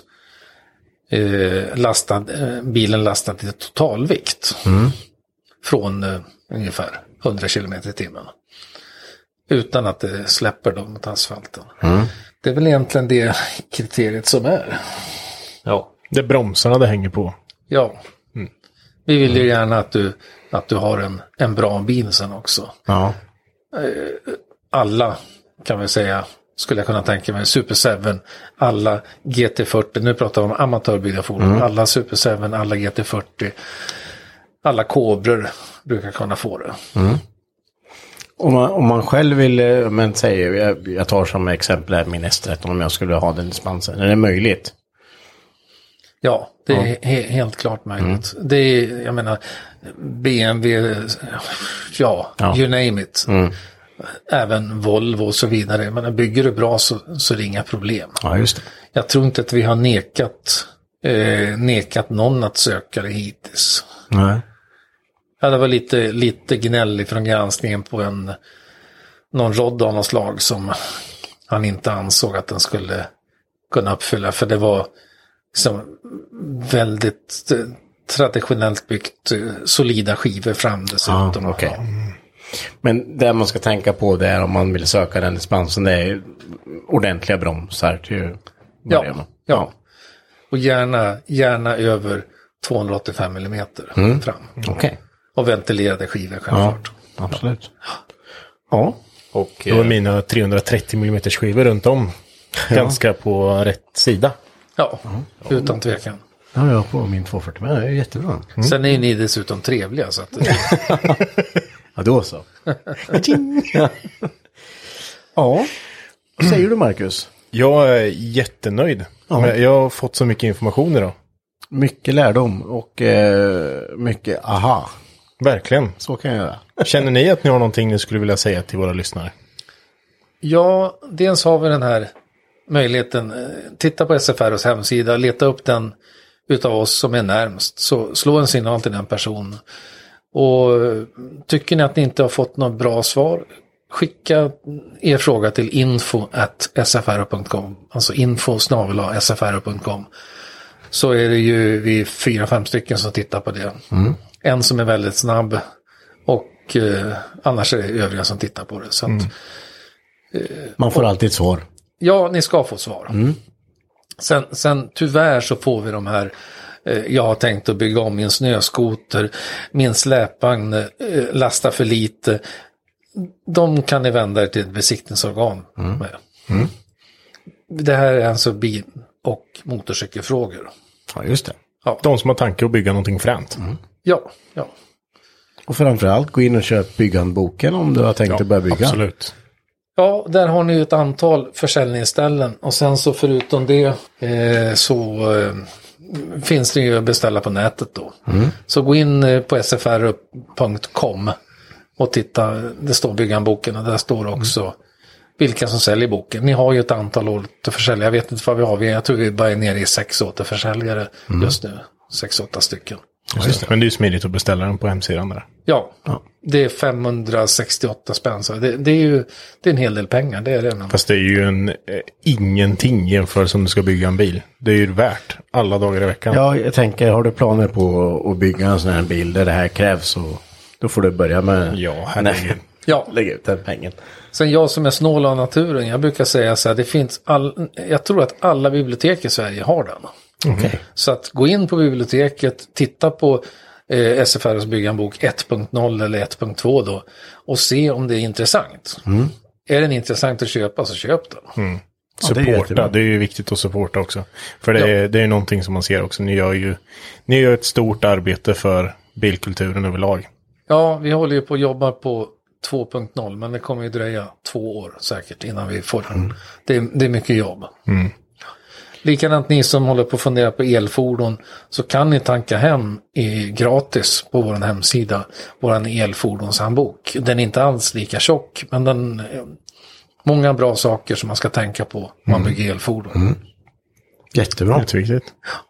Speaker 8: bilen lastad till totalvikt från ungefär 100 km i timmen. Utan att det släpper dem mot asfalten. Det är väl egentligen det kriteriet som är.
Speaker 9: Ja.
Speaker 7: Det är bromsarna det hänger på.
Speaker 8: Ja. Vi vill ju gärna att du har en bra bil sen också.
Speaker 6: Ja.
Speaker 8: Alla, kan vi säga, skulle jag kunna tänka mig, Super 7, alla GT40, nu pratar vi om amatörbyggda fordon, alla Super 7, alla GT40, alla Cobror brukar kunna få det.
Speaker 6: Om man själv vill, men säger, jag tar som exempel här min S13, om jag skulle ha den dispensen, är det möjligt?
Speaker 8: Ja, det är helt klart möjligt. Det är, jag menar, BMW, you name it. Även Volvo och så vidare. Men bygger du bra så är det inga problem.
Speaker 6: Ja, just det.
Speaker 8: Jag tror inte att vi har nekat någon att söka det hittills.
Speaker 6: Nej.
Speaker 8: Ja, det var lite gnäll från granskningen på någon rodd av något slag som han inte ansåg att den skulle kunna uppfylla. För det var liksom väldigt traditionellt byggt, solida skivor fram dessutom.
Speaker 6: Okay. Men det man ska tänka på det är, om man vill söka den dispensen, det är ordentliga bromsar till början.
Speaker 8: Ja. Och gärna över 285 mm fram.
Speaker 6: Okay.
Speaker 8: Och ventilerade skivor självklart.
Speaker 6: Ja, absolut. Ja.
Speaker 7: Och då är mina 330 mm skivor runt om ganska på rätt sida.
Speaker 8: Ja, utan tvekan.
Speaker 6: Ja, jag på min 240, men det är jättebra.
Speaker 8: Sen är ni dessutom trevliga, så att
Speaker 6: ja, då så. Ja. Vad säger du, Marcus?
Speaker 7: Jag är jättenöjd. Ja. Jag har fått så mycket information idag.
Speaker 6: Mycket lärdom och mycket aha.
Speaker 7: Verkligen.
Speaker 6: Så kan jag göra.
Speaker 7: Känner ni att ni har någonting ni skulle vilja säga till våra lyssnare?
Speaker 8: Ja, dels har vi den här möjligheten. Titta på SFR:s hemsida, leta upp den utav oss som är närmst. Så slå en signal till den personen. Och tycker ni att ni inte har fått något bra svar, skicka er fråga till info@sfro.com, alltså info@sfro.com. Så är det ju vi 4-5 stycken som tittar på det. En som är väldigt snabb och annars är det övriga som tittar på det. Så att,
Speaker 6: Man får alltid ett svar.
Speaker 8: ja, ni ska få svar. Sen tyvärr så får vi de här, jag har tänkt att bygga om min snöskoter, min släpvagn lastar för lite. De kan ni vända er till ett besiktningsorgan med. Det här är alltså bil- och motorcykelfrågor.
Speaker 6: Ja, just det.
Speaker 8: Ja.
Speaker 7: De som har tanke att bygga någonting fränt.
Speaker 8: Ja.
Speaker 6: Och framförallt gå in och köp bygghandboken om du har tänkt att börja bygga.
Speaker 7: Absolut.
Speaker 8: Ja, där har ni ju ett antal försäljningsställen och sen så förutom det finns det ju att beställa på nätet då. Så gå in på sfr.com och titta, det står bygghandboken och där står också vilka som säljer boken. Ni har ju ett antal återförsäljare, jag vet inte vad vi har, jag tror vi bara är nere i 6 återförsäljare just nu, 6-8 stycken.
Speaker 7: Just det. Men det är ju smidigt att beställa den på hemsidan där.
Speaker 8: Ja, det är 568 spänn. Så det är en hel del pengar. Det är det.
Speaker 7: Fast det är ju ingenting jämfört om du ska bygga en bil. Det är ju värt alla dagar i veckan.
Speaker 6: Ja, jag tänker, har du planer på att bygga en sån här bil där det här krävs så då får du börja med lägga ut den pengen.
Speaker 8: Sen jag som är snål av naturen, jag brukar säga så här, det finns jag tror att alla bibliotek i Sverige har den.
Speaker 6: Okay.
Speaker 8: Så att gå in på biblioteket, titta på SFRs bygghandbok 1.0 eller 1.2 då och se om det är intressant. Är den intressant att köpa så köp den.
Speaker 7: Supporta, det är ju viktigt att supporta också. För det är någonting som man ser också. Ni gör ett stort arbete för bilkulturen överlag.
Speaker 8: Ja, vi håller ju på att jobba på 2.0 men det kommer ju dröja 2 år säkert innan vi får den. Det är mycket jobb. Likadant ni som håller på att fundera på elfordon så kan ni tanka hem gratis på vår hemsida vår elfordonshandbok. Den är inte alls lika tjock men den många bra saker som man ska tänka på om man bygger elfordon.
Speaker 6: Jättebra.
Speaker 7: Jätteviktigt.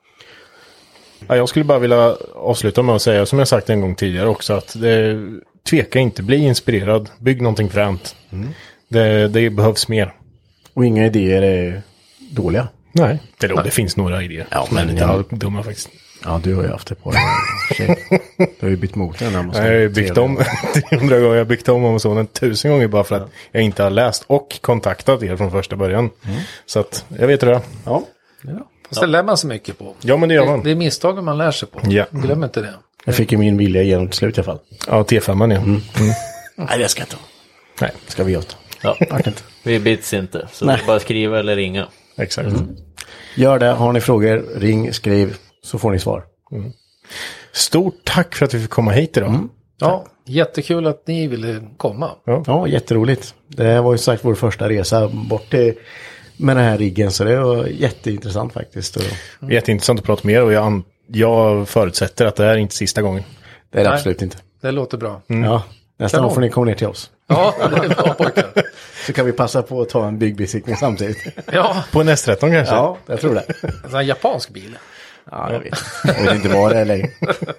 Speaker 7: Ja, jag skulle bara vilja avsluta med att säga som jag sagt en gång tidigare också att tveka inte, bli inspirerad, bygg någonting fränt. Det behövs mer. Och inga idéer är dåliga. Nej, det finns några idéer. Ja, men inte dumma faktiskt. Ja, du har ju haft det på dig. Du har ju bytt motorn. Jag har byggt om 300 gånger. Jag har byggt om Amazonen 1000 gånger bara för att jag inte har läst och kontaktat er från första början. Så att jag vet det. Ja.
Speaker 8: Fast det lär man sig mycket på.
Speaker 7: Ja, men det gör man.
Speaker 8: Det är misstagen man lär sig på. Ja. Glöm inte det.
Speaker 6: Jag fick ju min vilja igenom till slut i alla fall. Ja, T5-an, ja. Nej, det ska jag inte. Nej, ska vi åt.
Speaker 9: Ja, vi bits inte. Så det är bara skriva eller ringa.
Speaker 7: Exakt.
Speaker 6: Gör det. Har ni frågor, ring, skriv, så får ni svar.
Speaker 7: Stort tack för att vi fick komma hit idag.
Speaker 8: Ja, jättekul att ni ville komma.
Speaker 6: Ja, jätteroligt. Det var ju sagt vår första resa bort till med den här riggen, så det var jätteintressant faktiskt.
Speaker 7: Jätteintressant att prata mer och jag förutsätter att det här är inte sista gången. Det är det absolut inte.
Speaker 8: Det låter bra.
Speaker 6: Ja, nästa gång får ni komma ner till oss.
Speaker 8: Ja, det är bra pojkar.
Speaker 6: Så kan vi passa på att ta en byggbesiktning samtidigt.
Speaker 8: Ja.
Speaker 7: På en S13 kanske?
Speaker 6: Ja, jag tror det.
Speaker 8: En japansk bil.
Speaker 6: Ja, jag vet inte vad det är längre.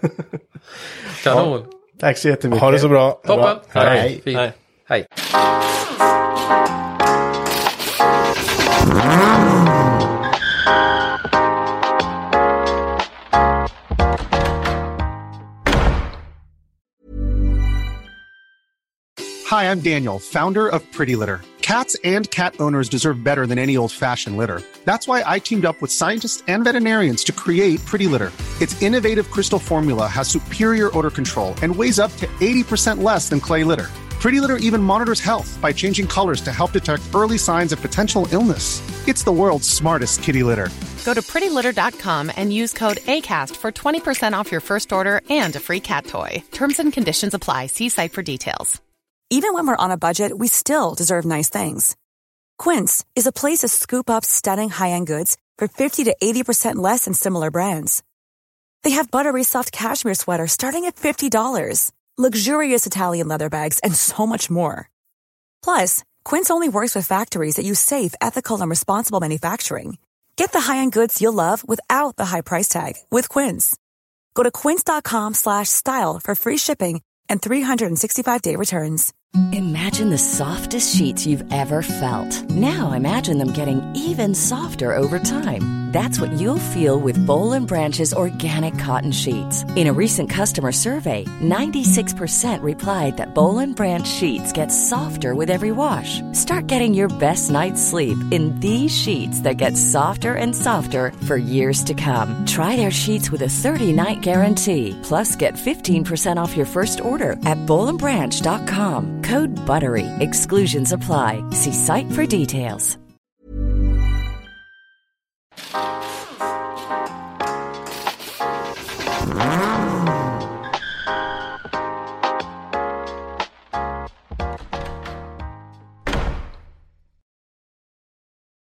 Speaker 8: Kanon.
Speaker 6: Ja, tack så jättemycket.
Speaker 7: Ha det så bra.
Speaker 8: Toppen.
Speaker 6: Hej.
Speaker 8: Hej. Hej.
Speaker 10: Hi, I'm Daniel, founder of Pretty Litter. Cats and cat owners deserve better than any old-fashioned litter. That's why I teamed up with scientists and veterinarians to create Pretty Litter. Its innovative crystal formula has superior odor control and weighs up to 80% less than clay litter. Pretty Litter even monitors health by changing colors to help detect early signs of potential illness. It's the world's smartest kitty litter.
Speaker 11: Go to prettylitter.com and use code ACAST for 20% off your first order and a free cat toy. Terms and conditions apply. See site for details.
Speaker 12: Even when we're on a budget, we still deserve nice things. Quince is a place to scoop up stunning high-end goods for 50 to 80% less than similar brands. They have buttery soft cashmere sweaters starting at $50, luxurious Italian leather bags, and so much more. Plus, Quince only works with factories that use safe, ethical, and responsible manufacturing. Get the high-end goods you'll love without the high price tag with Quince. Go to quince.com/style for free shipping and 365-day returns.
Speaker 13: Imagine the softest sheets you've ever felt. Now imagine them getting even softer over time. That's what you'll feel with Boll & Branch's organic cotton sheets. In a recent customer survey, 96% replied that Boll & Branch sheets get softer with every wash. Start getting your best night's sleep in these sheets that get softer and softer for years to come. Try their sheets with a 30-night guarantee. Plus, get 15% off your first order at bollandbranch.com. Code BUTTERY. Exclusions apply. See site for details.